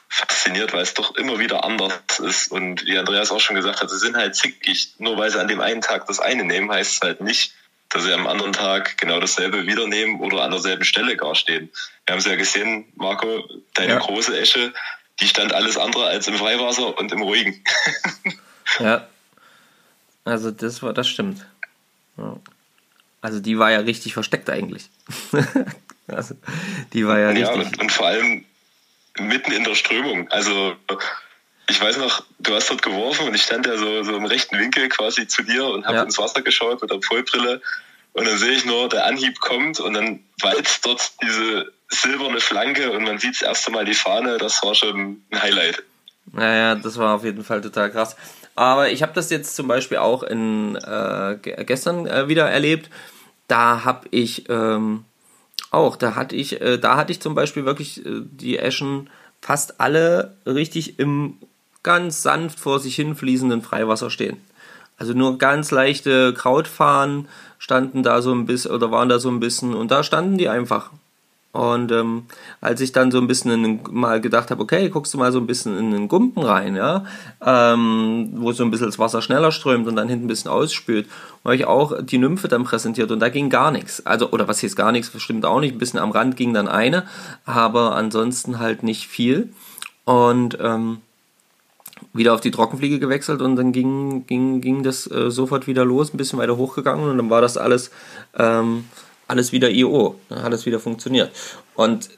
D: fasziniert, weil es doch immer wieder anders ist. Und wie Andreas auch schon gesagt hat, sie sind halt zickig. Nur weil sie an dem einen Tag das eine nehmen, heißt es halt nicht, dass sie am anderen Tag genau dasselbe wieder nehmen oder an derselben Stelle gar stehen. Wir haben es ja gesehen, Marco, deine ja. große Esche, die stand alles andere als im Freiwasser und im Ruhigen.
A: Ja, also das war, das stimmt. Ja. Also die war ja richtig versteckt eigentlich. Also die war ja richtig...
D: Ja, und, und vor allem mitten in der Strömung. Also ich weiß noch, du hast dort geworfen und ich stand ja so, so im rechten Winkel quasi zu dir und habe ja. ins Wasser geschaut mit der Polbrille und dann sehe ich nur, der Anhieb kommt und dann walzt dort diese silberne Flanke und man sieht das erste Mal die Fahne. Das war schon ein Highlight.
A: Naja, das war auf jeden Fall total krass. Aber ich habe das jetzt zum Beispiel auch in äh, gestern äh, wieder erlebt. Da habe ich ähm, auch, da hatte ich, äh, da hatte ich zum Beispiel wirklich äh, die Eschen fast alle richtig im ganz sanft vor sich hin fließenden Freiwasser stehen. Also nur ganz leichte Krautfahnen standen da so ein bisschen oder waren da so ein bisschen und da standen die einfach. Und ähm, als ich dann so ein bisschen in den, mal gedacht habe, okay, guckst du mal so ein bisschen in den Gumpen rein, ja, ähm, wo so ein bisschen das Wasser schneller strömt und dann hinten ein bisschen ausspült, habe ich auch die Nymphe dann präsentiert und da ging gar nichts. Also, oder was hieß gar nichts, stimmt auch nicht, ein bisschen am Rand ging dann eine, aber ansonsten halt nicht viel. Und ähm, wieder auf die Trockenfliege gewechselt und dann ging, ging, ging das äh, sofort wieder los, ein bisschen weiter hochgegangen und dann war das alles... Ähm, alles wieder I O, dann hat es wieder funktioniert. Und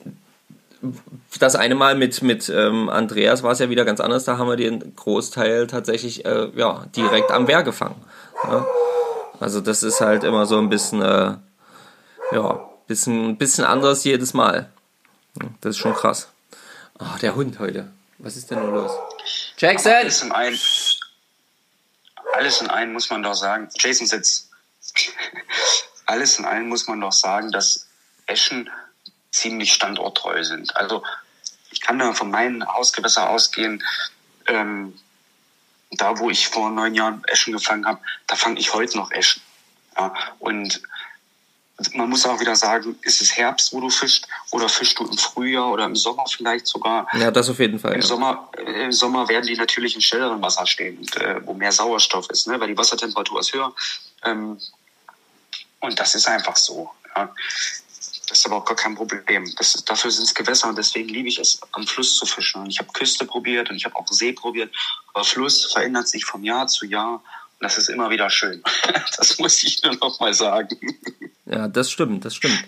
A: das eine Mal mit, mit ähm, Andreas war es ja wieder ganz anders, da haben wir den Großteil tatsächlich äh, ja, direkt am Wehr gefangen. Ja? Also das ist halt immer so ein bisschen, äh, ja, bisschen, bisschen anders jedes Mal. Das ist schon krass. Oh, der Hund heute. Was ist denn nur los? Jackson!
B: Alles in einem, alles in einem muss man doch sagen. Jason sitzt. Alles in allem muss man doch sagen, dass Eschen ziemlich standorttreu sind. Also ich kann da von meinen Hausgewässern ausgehen, ähm, da wo ich vor neun Jahren Eschen gefangen habe, da fange ich heute noch Eschen. Ja, und man muss auch wieder sagen, ist es Herbst, wo du fischst, oder fischst du im Frühjahr oder im Sommer vielleicht sogar?
A: Ja, das auf jeden Fall.
B: Im,
A: ja.
B: Sommer, äh, Im Sommer werden die natürlich in stilleren Wasser stehen, und, äh, wo mehr Sauerstoff ist, ne? Weil die Wassertemperatur ist höher. Ähm, Und das ist einfach so. Ja. Das ist aber auch gar kein Problem. Das ist, dafür sind es Gewässer und deswegen liebe ich es, am Fluss zu fischen. Und ich habe Küste probiert und ich habe auch See probiert. Aber Fluss verändert sich von Jahr zu Jahr und das ist immer wieder schön. Das muss ich nur noch mal sagen.
A: Ja, das stimmt, das stimmt.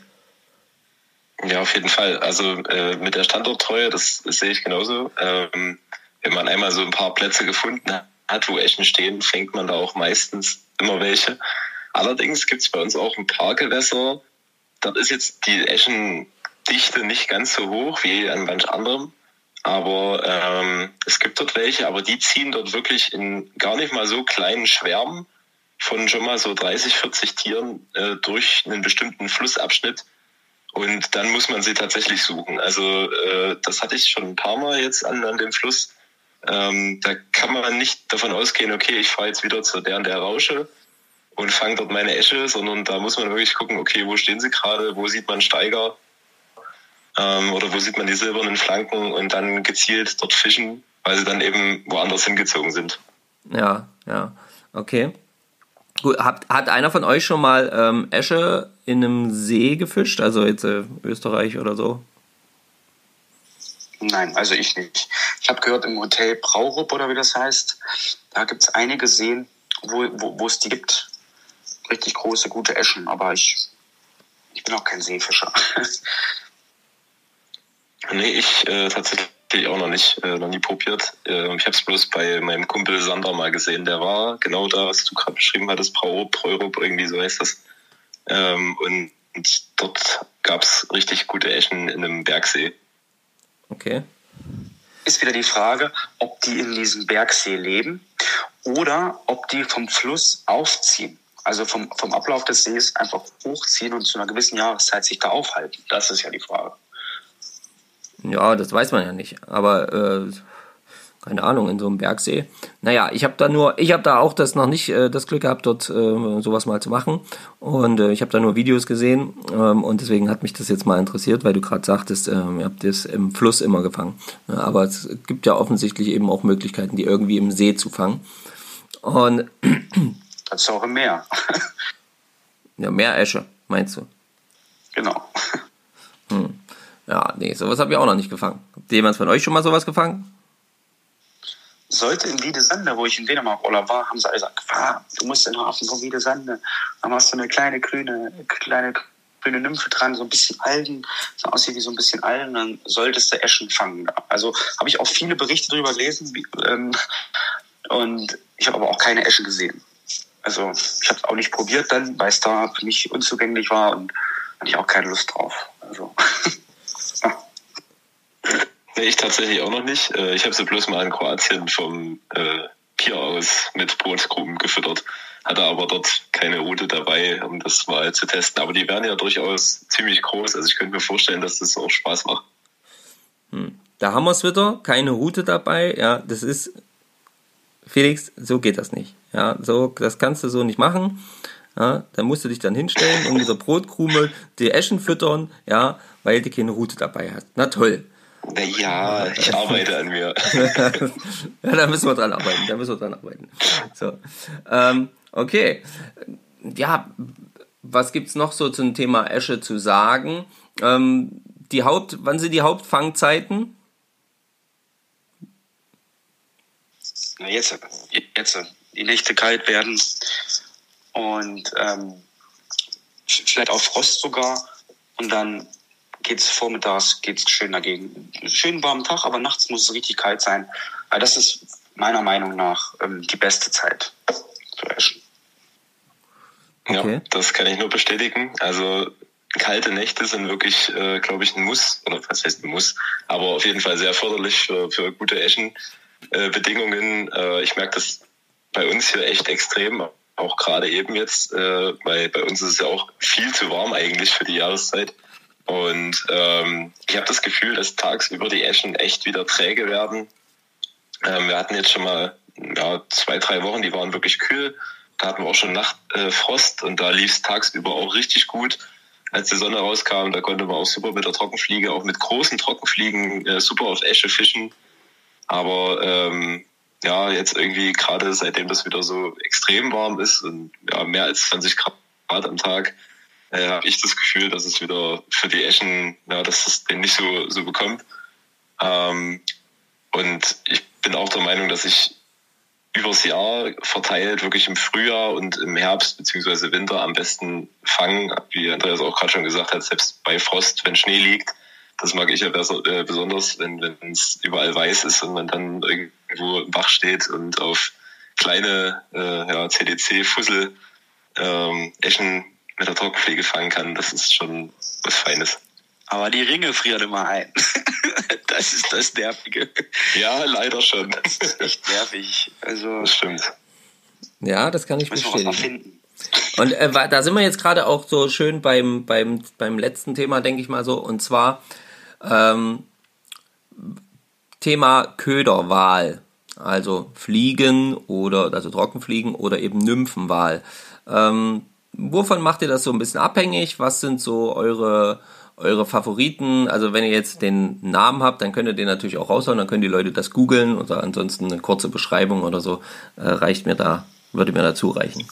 D: Ja, auf jeden Fall. Also äh, mit der Standorttreue, das, das sehe ich genauso. Ähm, wenn man einmal so ein paar Plätze gefunden hat, wo Eschen stehen, fängt man da auch meistens immer welche. Allerdings gibt es bei uns auch ein paar Gewässer, da ist jetzt die Eschendichte nicht ganz so hoch wie an manch anderem, aber ähm, es gibt dort welche, aber die ziehen dort wirklich in gar nicht mal so kleinen Schwärmen von schon mal so dreißig, vierzig Tieren äh, durch einen bestimmten Flussabschnitt und dann muss man sie tatsächlich suchen. Also äh, das hatte ich schon ein paar Mal jetzt an, an dem Fluss. Ähm, da kann man nicht davon ausgehen, okay, ich fahre jetzt wieder zu der und der Rausche und fange dort meine Esche, sondern da muss man wirklich gucken, okay, wo stehen sie gerade, wo sieht man Steiger ähm, oder wo sieht man die silbernen Flanken und dann gezielt dort fischen, weil sie dann eben woanders hingezogen sind.
A: Ja, ja, okay. Gut, hat, hat einer von euch schon mal ähm, Esche in einem See gefischt, also jetzt äh, Österreich oder so?
B: Nein, also ich nicht. Ich habe gehört, im Hotel Braurup oder wie das heißt, da gibt es einige Seen, wo, wo, wo es die gibt. Richtig große, gute Eschen, aber ich, ich bin auch kein Seefischer.
D: Nee, ich äh, tatsächlich auch noch nicht, äh, noch nie probiert. Äh, ich habe es bloß bei meinem Kumpel Sander mal gesehen. Der war genau da, was du gerade beschrieben hattest, Braurup, Breurup, irgendwie so heißt das. Ähm, und, und dort gab es richtig gute Eschen in einem Bergsee.
A: Okay.
B: Ist wieder die Frage, ob die in diesem Bergsee leben oder ob die vom Fluss aufziehen. Also vom, vom Ablauf des Sees einfach hochziehen und zu einer gewissen Jahreszeit sich da aufhalten. Das ist ja die Frage.
A: Ja, das weiß man ja nicht. Aber äh, keine Ahnung, in so einem Bergsee. Naja, ich habe da nur, ich habe da auch das noch nicht äh, das Glück gehabt, dort äh, sowas mal zu machen. Und äh, ich habe da nur Videos gesehen ähm, und deswegen hat mich das jetzt mal interessiert, weil du gerade sagtest, äh, ihr habt das im Fluss immer gefangen. Ja, aber es gibt ja offensichtlich eben auch Möglichkeiten, die irgendwie im See zu fangen. Und
B: das ist auch im Meer.
A: Ja, Meeresche, meinst du?
B: Genau.
A: Hm. Ja, nee, sowas habe ich auch noch nicht gefangen. Habt ihr jemand von euch schon mal sowas gefangen?
B: Sollte in Wiedesande, wo ich in Dänemark Urlaub war, haben sie alle gesagt, fahr, du musst in den Hafen von Wiedesande. Dann hast du eine kleine grüne, kleine grüne Nymphe dran, so ein bisschen Algen, so aussieht wie so ein bisschen Algen, dann solltest du Eschen fangen. Also habe ich auch viele Berichte darüber gelesen, wie, ähm, und ich habe aber auch keine Eschen gesehen. Also ich habe es auch nicht probiert dann, weil es da für mich unzugänglich war und hatte ich auch keine Lust drauf. Also ja.
D: Nee, ich tatsächlich auch noch nicht. Ich habe sie bloß mal in Kroatien vom äh, Pier aus mit Brotgruben gefüttert. Hatte aber dort keine Rute dabei, um das mal zu testen. Aber die werden ja durchaus ziemlich groß. Also ich könnte mir vorstellen, dass das auch Spaß macht.
A: Hm. Da haben wir es wieder, keine Rute dabei. Ja, das ist, Felix, so geht das nicht. Ja, so, das kannst du so nicht machen. Ja, da musst du dich dann hinstellen und mit der Brotkrume die Eschen füttern, ja, weil du keine Rute dabei hast. Na toll.
D: Naja, ich arbeite an mir.
A: Ja, da müssen wir dran arbeiten, da müssen wir dran arbeiten. So, ähm, okay. Ja, was gibt's noch so zum Thema Esche zu sagen? Ähm, die Haupt, wann sind die Hauptfangzeiten?
B: Na jetzt, jetzt die Nächte kalt werden und ähm, vielleicht auch Frost sogar und dann geht's vormittags, geht's schön dagegen. Schön warmen Tag, aber nachts muss es richtig kalt sein. Aber das ist meiner Meinung nach ähm, die beste Zeit für Eschen.
A: Okay.
D: Ja, das kann ich nur bestätigen. Also kalte Nächte sind wirklich, äh, glaube ich, ein Muss, oder was heißt ein Muss, aber auf jeden Fall sehr förderlich für, für gute Eschenbedingungen. Äh, äh, ich merke das bei uns hier echt extrem, auch gerade eben jetzt, äh, weil bei uns ist es ja auch viel zu warm eigentlich für die Jahreszeit. Und ähm, ich habe das Gefühl, dass tagsüber die Eschen echt wieder träge werden. Ähm, wir hatten jetzt schon mal ja, zwei, drei Wochen, die waren wirklich kühl. Da hatten wir auch schon Nachtfrost äh, und da lief es tagsüber auch richtig gut. Als die Sonne rauskam, da konnte man auch super mit der Trockenfliege, auch mit großen Trockenfliegen äh, super auf Esche fischen. Aber ähm, ja, jetzt irgendwie gerade seitdem das wieder so extrem warm ist und ja, mehr als zwanzig Grad am Tag, äh, habe ich das Gefühl, dass es wieder für die Eschen, ja, dass es den nicht so, so bekommt. Ähm, und ich bin auch der Meinung, dass ich übers Jahr verteilt wirklich im Frühjahr und im Herbst bzw. Winter am besten fangen, wie Andreas auch gerade schon gesagt hat, selbst bei Frost, wenn Schnee liegt. Das mag ich ja besser, äh, besonders, wenn wenn es überall weiß ist und man dann irgendwo im Bach steht und auf kleine äh, ja, C D C-Fussel ähm, Eschen mit der Trockenfliege fangen kann. Das ist schon was Feines.
B: Aber die Ringe frieren immer ein. Das ist das Nervige.
D: Ja, leider schon.
B: Das ist echt nervig. Also,
D: das stimmt.
A: Ja, das kann ich
B: müssen wir was mal
A: bestätigen.
B: finden.
A: Und äh, da sind wir jetzt gerade auch so schön beim, beim, beim letzten Thema, denke ich mal so, und zwar ähm, Thema Köderwahl. Also Fliegen oder, also Trockenfliegen oder eben Nymphenwahl. Ähm, wovon macht ihr das so ein bisschen abhängig? Was sind so eure, eure Favoriten? Also wenn ihr jetzt den Namen habt, dann könnt ihr den natürlich auch raushauen, dann können die Leute das googeln oder ansonsten eine kurze Beschreibung oder so äh, reicht mir da, würde mir dazu reichen.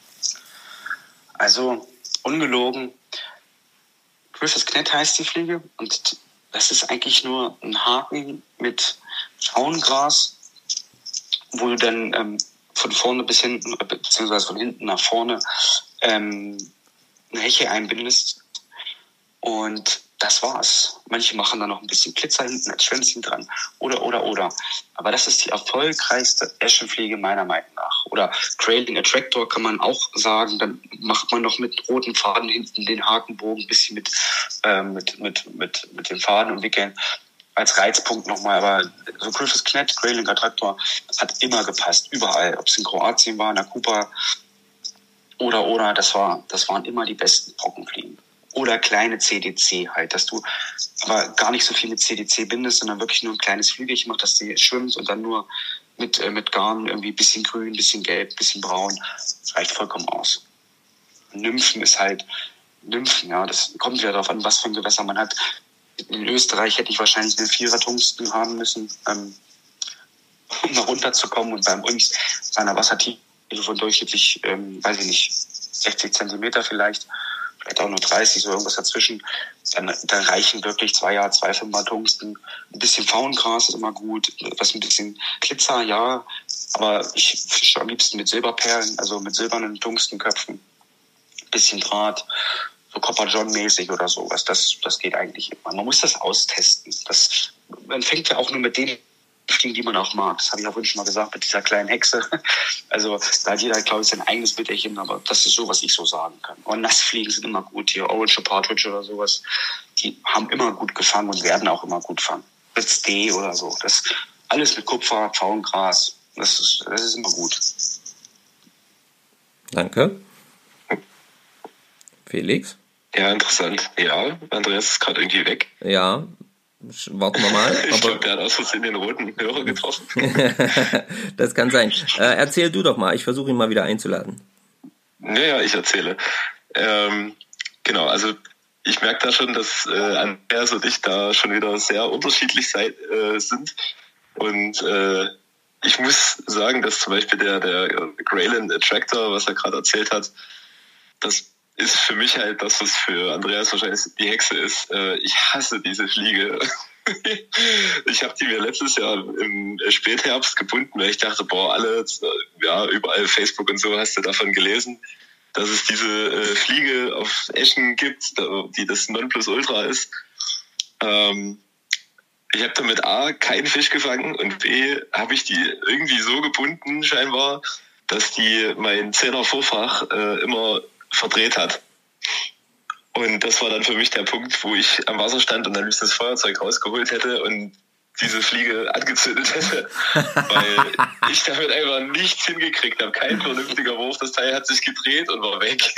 B: Also ungelogen, Griffiths Knett heißt die Fliege und das ist eigentlich nur ein Haken mit Pfauengras, wo du dann ähm, von vorne bis hinten, beziehungsweise von hinten nach vorne ähm, eine Heche einbindest und das war's. Manche machen da noch ein bisschen Glitzer hinten als Schwänzchen dran oder, oder, oder. Aber das ist die erfolgreichste Eschenfliege meiner Meinung nach. Oder Trailing Attractor kann man auch sagen. Dann macht man noch mit roten Faden hinten den Hakenbogen ein bisschen mit, äh, mit, mit, mit, mit den Faden umwickeln. Als Reizpunkt nochmal. Aber so Griffiths Knett, Trailing Attractor hat immer gepasst. Überall. Ob es in Kroatien war, in der Kupa oder, oder. Das war, das waren immer die besten Trockenfliegen. oder kleine C D C halt, dass du aber gar nicht so viel mit C D C bindest, sondern wirklich nur ein kleines Flügelchen machst, dass sie schwimmt und dann nur mit, äh, mit Garn irgendwie ein bisschen grün, ein bisschen gelb, ein bisschen braun. Das reicht vollkommen aus. Nymphen ist halt Nymphen, ja, das kommt wieder darauf an, was für ein Gewässer man hat. In Österreich hätte ich wahrscheinlich einen Vierer-Tungsten haben müssen, ähm, um da runterzukommen. Und bei uns, bei einer Wassertiefe von durchschnittlich, ähm, weiß ich nicht, sechzig Zentimeter vielleicht, vielleicht auch nur dreißig, so irgendwas dazwischen, dann, dann reichen wirklich zwei Jahre, zwei Fünfer Tungsten. Ein bisschen Faungras ist immer gut, was ein bisschen Glitzer, ja, aber ich fische am liebsten mit Silberperlen, also mit silbernen Tungstenköpfen. Bisschen Draht, so Copper John mäßig oder sowas. Das, das geht eigentlich immer. Man muss das austesten. Das, man fängt ja auch nur mit den Fliegen, die man auch mag. Das habe ich auch vorhin schon mal gesagt, mit dieser kleinen Hexe. Also da hat jeder, glaube ich, sein eigenes Bitterchen, aber das ist so, was ich so sagen kann. Und Nassfliegen sind immer gut. Hier Orange Partridge oder sowas, die haben immer gut gefangen und werden auch immer gut fangen. Fritz D oder so. Das alles mit Kupfer, Pfauengras. Das ist, das ist immer gut.
A: Danke. Felix?
D: Ja, interessant. Ja, Andreas ist gerade irgendwie weg.
A: Ja, warten wir mal.
D: Ich glaube, der hat aus Versehen den roten Hörer getroffen.
A: Das kann sein. Äh, erzähl du doch mal, ich versuche ihn mal wieder einzuladen.
D: Naja, ich erzähle. Ähm, genau, also ich merke da schon, dass äh, Andreas und ich da schon wieder sehr unterschiedlich sei, äh, sind. Und äh, ich muss sagen, dass zum Beispiel der, der Greyland Attractor, was er gerade erzählt hat, das ist für mich halt das, was für Andreas wahrscheinlich die Hexe ist. Ich hasse diese Fliege. Ich habe die mir letztes Jahr im Spätherbst gebunden, weil ich dachte, boah, alle, ja, überall Facebook und so hast du davon gelesen, dass es diese Fliege auf Eschen gibt, die das Nonplusultra ist. Ich habe damit A, keinen Fisch gefangen und B, habe ich die irgendwie so gebunden scheinbar, dass die mein Zehner Vorfach immer verdreht hat. Und das war dann für mich der Punkt, wo ich am Wasser stand und dann liebsten das Feuerzeug rausgeholt hätte und diese Fliege angezündet hätte, weil ich damit einfach nichts hingekriegt habe. Kein vernünftiger Wurf, das Teil hat sich gedreht und war weg.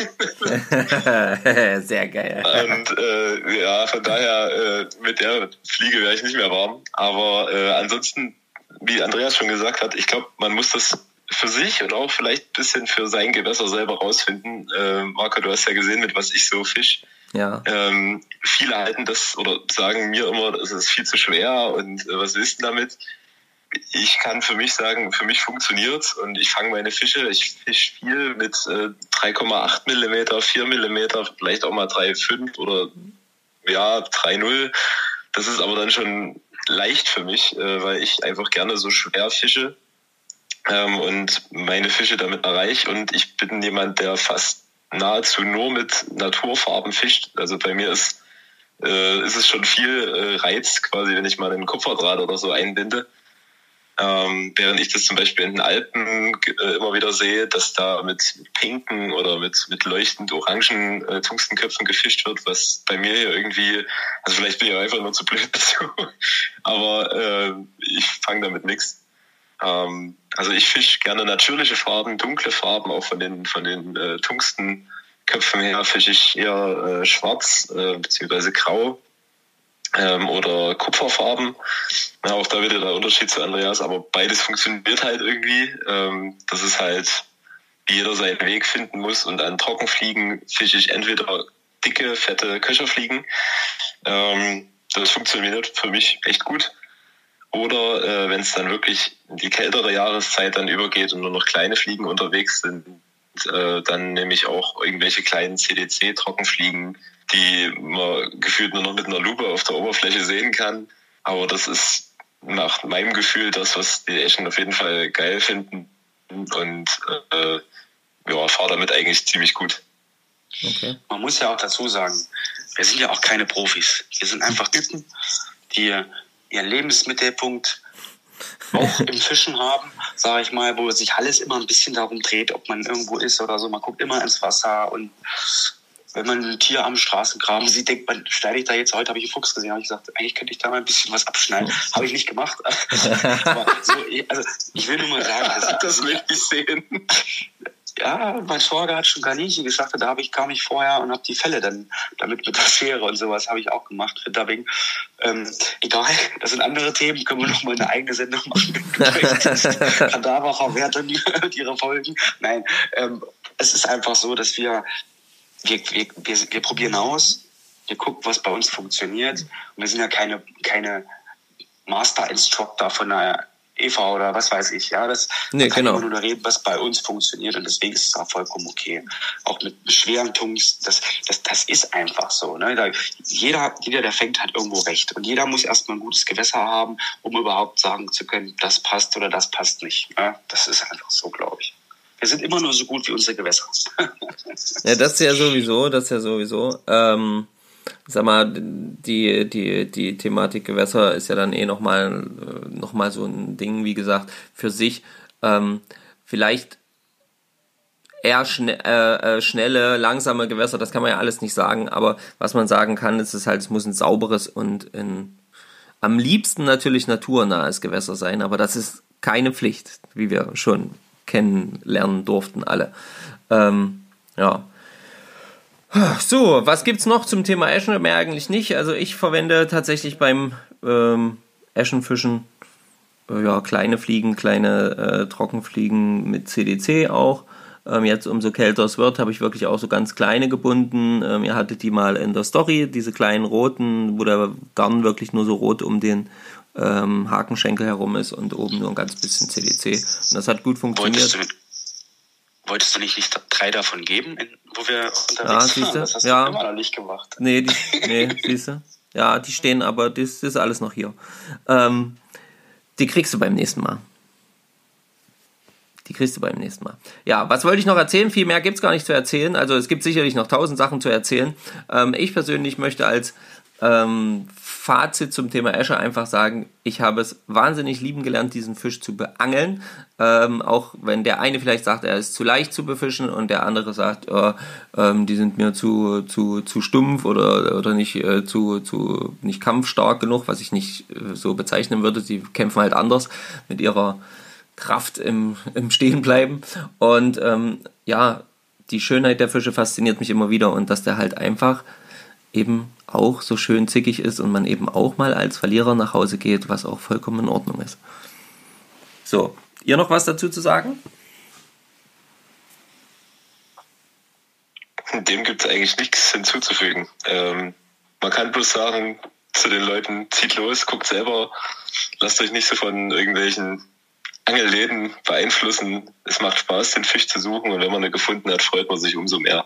A: Sehr geil.
D: Und äh, ja, von daher, äh, mit der Fliege wäre ich nicht mehr warm. Aber äh, ansonsten, wie Andreas schon gesagt hat, ich glaube, man muss das für sich und auch vielleicht ein bisschen für sein Gewässer selber rausfinden. Äh, Marco, du hast ja gesehen, mit was ich so fisch.
A: Ja.
D: Ähm, viele halten das oder sagen mir immer, das ist viel zu schwer und äh, was willst du damit? Ich kann für mich sagen, für mich funktioniert's und ich fange meine Fische. Ich fisch viel mit äh, drei Komma acht Millimeter, vier Millimeter, vielleicht auch mal drei Komma fünf oder ja, drei Komma null. Das ist aber dann schon leicht für mich, äh, weil ich einfach gerne so schwer fische. Ähm, und meine Fische damit erreiche. Und ich bin jemand, der fast nahezu nur mit Naturfarben fischt. Also bei mir ist, äh, ist es schon viel äh, Reiz, quasi, wenn ich mal einen Kupferdraht oder so einbinde. Ähm, während ich das zum Beispiel in den Alpen äh, immer wieder sehe, dass da mit pinken oder mit, mit leuchtend orangen äh, Tungstenköpfen gefischt wird, was bei mir hier irgendwie, also vielleicht bin ich einfach nur zu blöd dazu, aber äh, ich fange damit nichts. Also ich fische gerne natürliche Farben, dunkle Farben, auch von den von den äh, Tungstenköpfen her fische ich eher äh, schwarz äh, beziehungsweise grau ähm, oder Kupferfarben. Ja, auch da wieder der Unterschied zu Andreas, aber beides funktioniert halt irgendwie. Ähm, das ist halt, wie jeder seinen Weg finden muss. Und an Trockenfliegen fische ich entweder dicke, fette Köcherfliegen. Ähm, das funktioniert für mich echt gut. Oder äh, wenn es dann wirklich in die kältere Jahreszeit dann übergeht und nur noch kleine Fliegen unterwegs sind, äh, dann nehme ich auch irgendwelche kleinen C D C-Trockenfliegen, die man gefühlt nur noch mit einer Lupe auf der Oberfläche sehen kann. Aber das ist nach meinem Gefühl das, was die Eschen auf jeden Fall geil finden. Und äh, ja, fahre damit eigentlich ziemlich gut.
B: Okay. Man muss ja auch dazu sagen, wir sind ja auch keine Profis. Wir sind einfach Typen, die ihren Lebensmittelpunkt auch im Fischen haben, sage ich mal, wo sich alles immer ein bisschen darum dreht, ob man irgendwo ist oder so. Man guckt immer ins Wasser und wenn man ein Tier am Straßengraben sieht, denkt man, schneide ich da jetzt, heute habe ich einen Fuchs gesehen, habe ich gesagt, eigentlich könnte ich da mal ein bisschen was abschneiden. Habe ich nicht gemacht. Aber so, also ich will nur mal sagen, das,
D: das will ich sehen.
B: Ja, mein Schwager hat schon Kaninchen geschlachtet, da habe ich, kam ich vorher und habe die Felle dann damit mit der Schere und sowas habe ich auch gemacht für Dubbing. Ähm, egal, das sind andere Themen, können wir noch mal eine eigene Sendung machen. Kadaververwertung mit ihrer Folgen. Nein, ähm, es ist einfach so, dass wir, wir, wir, wir, wir probieren aus, wir gucken, was bei uns funktioniert und wir sind ja keine, keine Master Instructor von einer Eva oder was weiß ich, ja, das
A: nee,
B: kann
A: genau.
B: immer nur reden, was bei uns funktioniert und deswegen ist es auch vollkommen okay. Auch mit schweren Tungs, das, das, das ist einfach so, ne? Da, jeder, jeder, der fängt, hat irgendwo recht und jeder muss erstmal ein gutes Gewässer haben, um überhaupt sagen zu können, das passt oder das passt nicht. Ne? Das ist einfach so, glaube ich. Wir sind immer nur so gut wie unsere Gewässer.
A: Ja, das ist ja sowieso, das ist ja sowieso. Ähm, sag mal, die, die, die Thematik Gewässer ist ja dann eh nochmal noch mal so ein Ding, wie gesagt, für sich. Ähm, vielleicht eher schne äh, äh, schnelle, langsame Gewässer, das kann man ja alles nicht sagen, aber was man sagen kann, ist es halt, es muss ein sauberes und ein, am liebsten natürlich naturnahes Gewässer sein, aber das ist keine Pflicht, wie wir schon kennenlernen durften alle. Ähm, ja. So, was gibt's noch zum Thema Äschen? Mehr eigentlich nicht. Also ich verwende tatsächlich beim ähm, Äschenfischen äh, ja, kleine Fliegen, kleine äh, Trockenfliegen mit C D C auch. Ähm, jetzt umso kälter es wird, habe ich wirklich auch so ganz kleine gebunden. Ähm, ihr hattet die mal in der Story, diese kleinen roten, wo der Garn wirklich nur so rot um den ähm, Hakenschenkel herum ist und oben nur ein ganz bisschen C D C. Und das hat gut funktioniert.
B: Wolltest du, wolltest du nicht, nicht drei davon geben, in, wo wir unterwegs
A: ja,
B: waren?
A: siehste?
B: Das hast
A: ja.
B: du immer noch nicht gemacht.
A: Nee, die, nee siehst du? Ja, die stehen, aber das, das ist alles noch hier. Ähm, die kriegst du beim nächsten Mal. Die kriegst du beim nächsten Mal. Ja, was wollte ich noch erzählen? Viel mehr gibt es gar nicht zu erzählen. Also es gibt sicherlich noch tausend Sachen zu erzählen. Ähm, ich persönlich möchte als ähm, Fazit zum Thema Äsche einfach sagen, ich habe es wahnsinnig lieben gelernt, diesen Fisch zu beangeln. Ähm, auch wenn der eine vielleicht sagt, er ist zu leicht zu befischen und der andere sagt, oh, ähm, die sind mir zu, zu, zu stumpf oder, oder nicht, äh, zu, zu, nicht kampfstark genug, was ich nicht äh, so bezeichnen würde. Sie kämpfen halt anders mit ihrer Kraft im, im Stehenbleiben. Und ähm, ja, die Schönheit der Fische fasziniert mich immer wieder und dass der halt einfach eben auch so schön zickig ist und man eben auch mal als Verlierer nach Hause geht, was auch vollkommen in Ordnung ist. So, ihr noch was dazu zu sagen?
D: Dem gibt es eigentlich nichts hinzuzufügen. Ähm, man kann bloß sagen zu den Leuten, zieht los, guckt selber, lasst euch nicht so von irgendwelchen Angelläden beeinflussen. Es macht Spaß, den Fisch zu suchen und wenn man ihn gefunden hat, freut man sich umso mehr.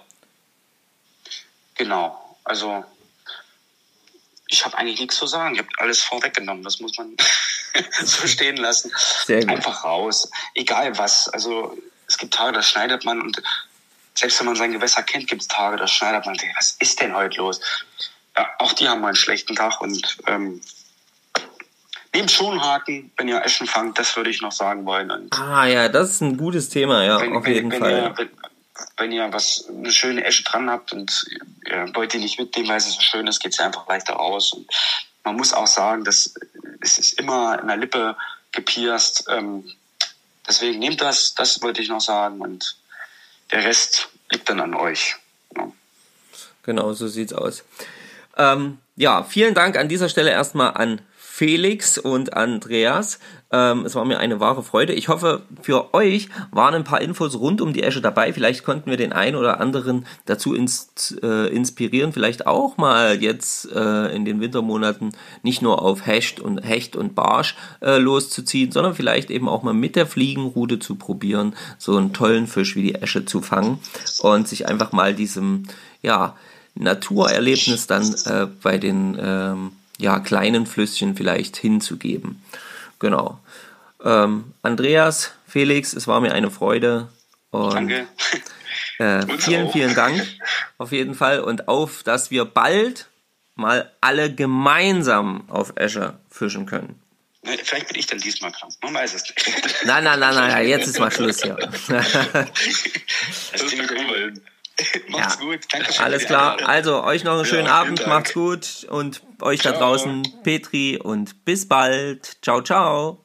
B: Genau, also ich habe eigentlich nichts zu sagen. Ich habe alles vorweggenommen. Das muss man so stehen lassen.
A: Sehr gut.
B: Einfach raus. Egal was. Also es gibt Tage, da schneidet man und selbst wenn man sein Gewässer kennt, gibt es Tage, da schneidet man. Was ist denn heute los? Ja, auch die haben mal einen schlechten Tag und ähm, nehmt Schonhaken, wenn ihr Äschen fangt. Das würde ich noch sagen wollen. Und
A: ah ja, das ist ein gutes Thema, ja,
B: wenn,
A: auf
B: wenn,
A: jeden
B: wenn
A: Fall.
B: Ihr, wenn, wenn ihr was eine schöne Esche dran habt und ihr wollt die nicht mitnehmen, weil es so schön ist, geht es einfach leichter raus. Und man muss auch sagen, dass es ist immer in der Lippe gepierst. Ähm, deswegen nehmt das, das wollte ich noch sagen. Und der Rest liegt dann an euch. Ja.
A: Genau, so sieht's aus. Ähm, ja, vielen Dank an dieser Stelle erstmal an Felix und Andreas. Ähm, es war mir eine wahre Freude. Ich hoffe, für euch waren ein paar Infos rund um die Äsche dabei. Vielleicht konnten wir den einen oder anderen dazu ins, äh, inspirieren, vielleicht auch mal jetzt äh, in den Wintermonaten nicht nur auf Hecht und Hecht und Barsch äh, loszuziehen, sondern vielleicht eben auch mal mit der Fliegenrute zu probieren, so einen tollen Fisch wie die Äsche zu fangen und sich einfach mal diesem, ja, Naturerlebnis dann äh, bei den ähm, ja, kleinen Flüsschen vielleicht hinzugeben. Genau. Ähm, Andreas, Felix, es war mir eine Freude. Und,
B: Danke.
A: Äh, vielen, vielen Dank auf jeden Fall und auf, dass wir bald mal alle gemeinsam auf Äsche fischen können.
B: Vielleicht bin ich dann diesmal krank. Man weiß es nicht.
A: Nein, nein, nein, nein, jetzt ist mal Schluss hier.
B: Das ist cool. Macht's
A: Ja,
B: gut. Danke
A: alles klar. Also euch noch einen schönen
D: Ja,
A: Abend,
D: vielen
A: macht's
D: Dank.
A: gut und euch da
D: Ciao.
A: draußen Petri und bis bald. Ciao, ciao.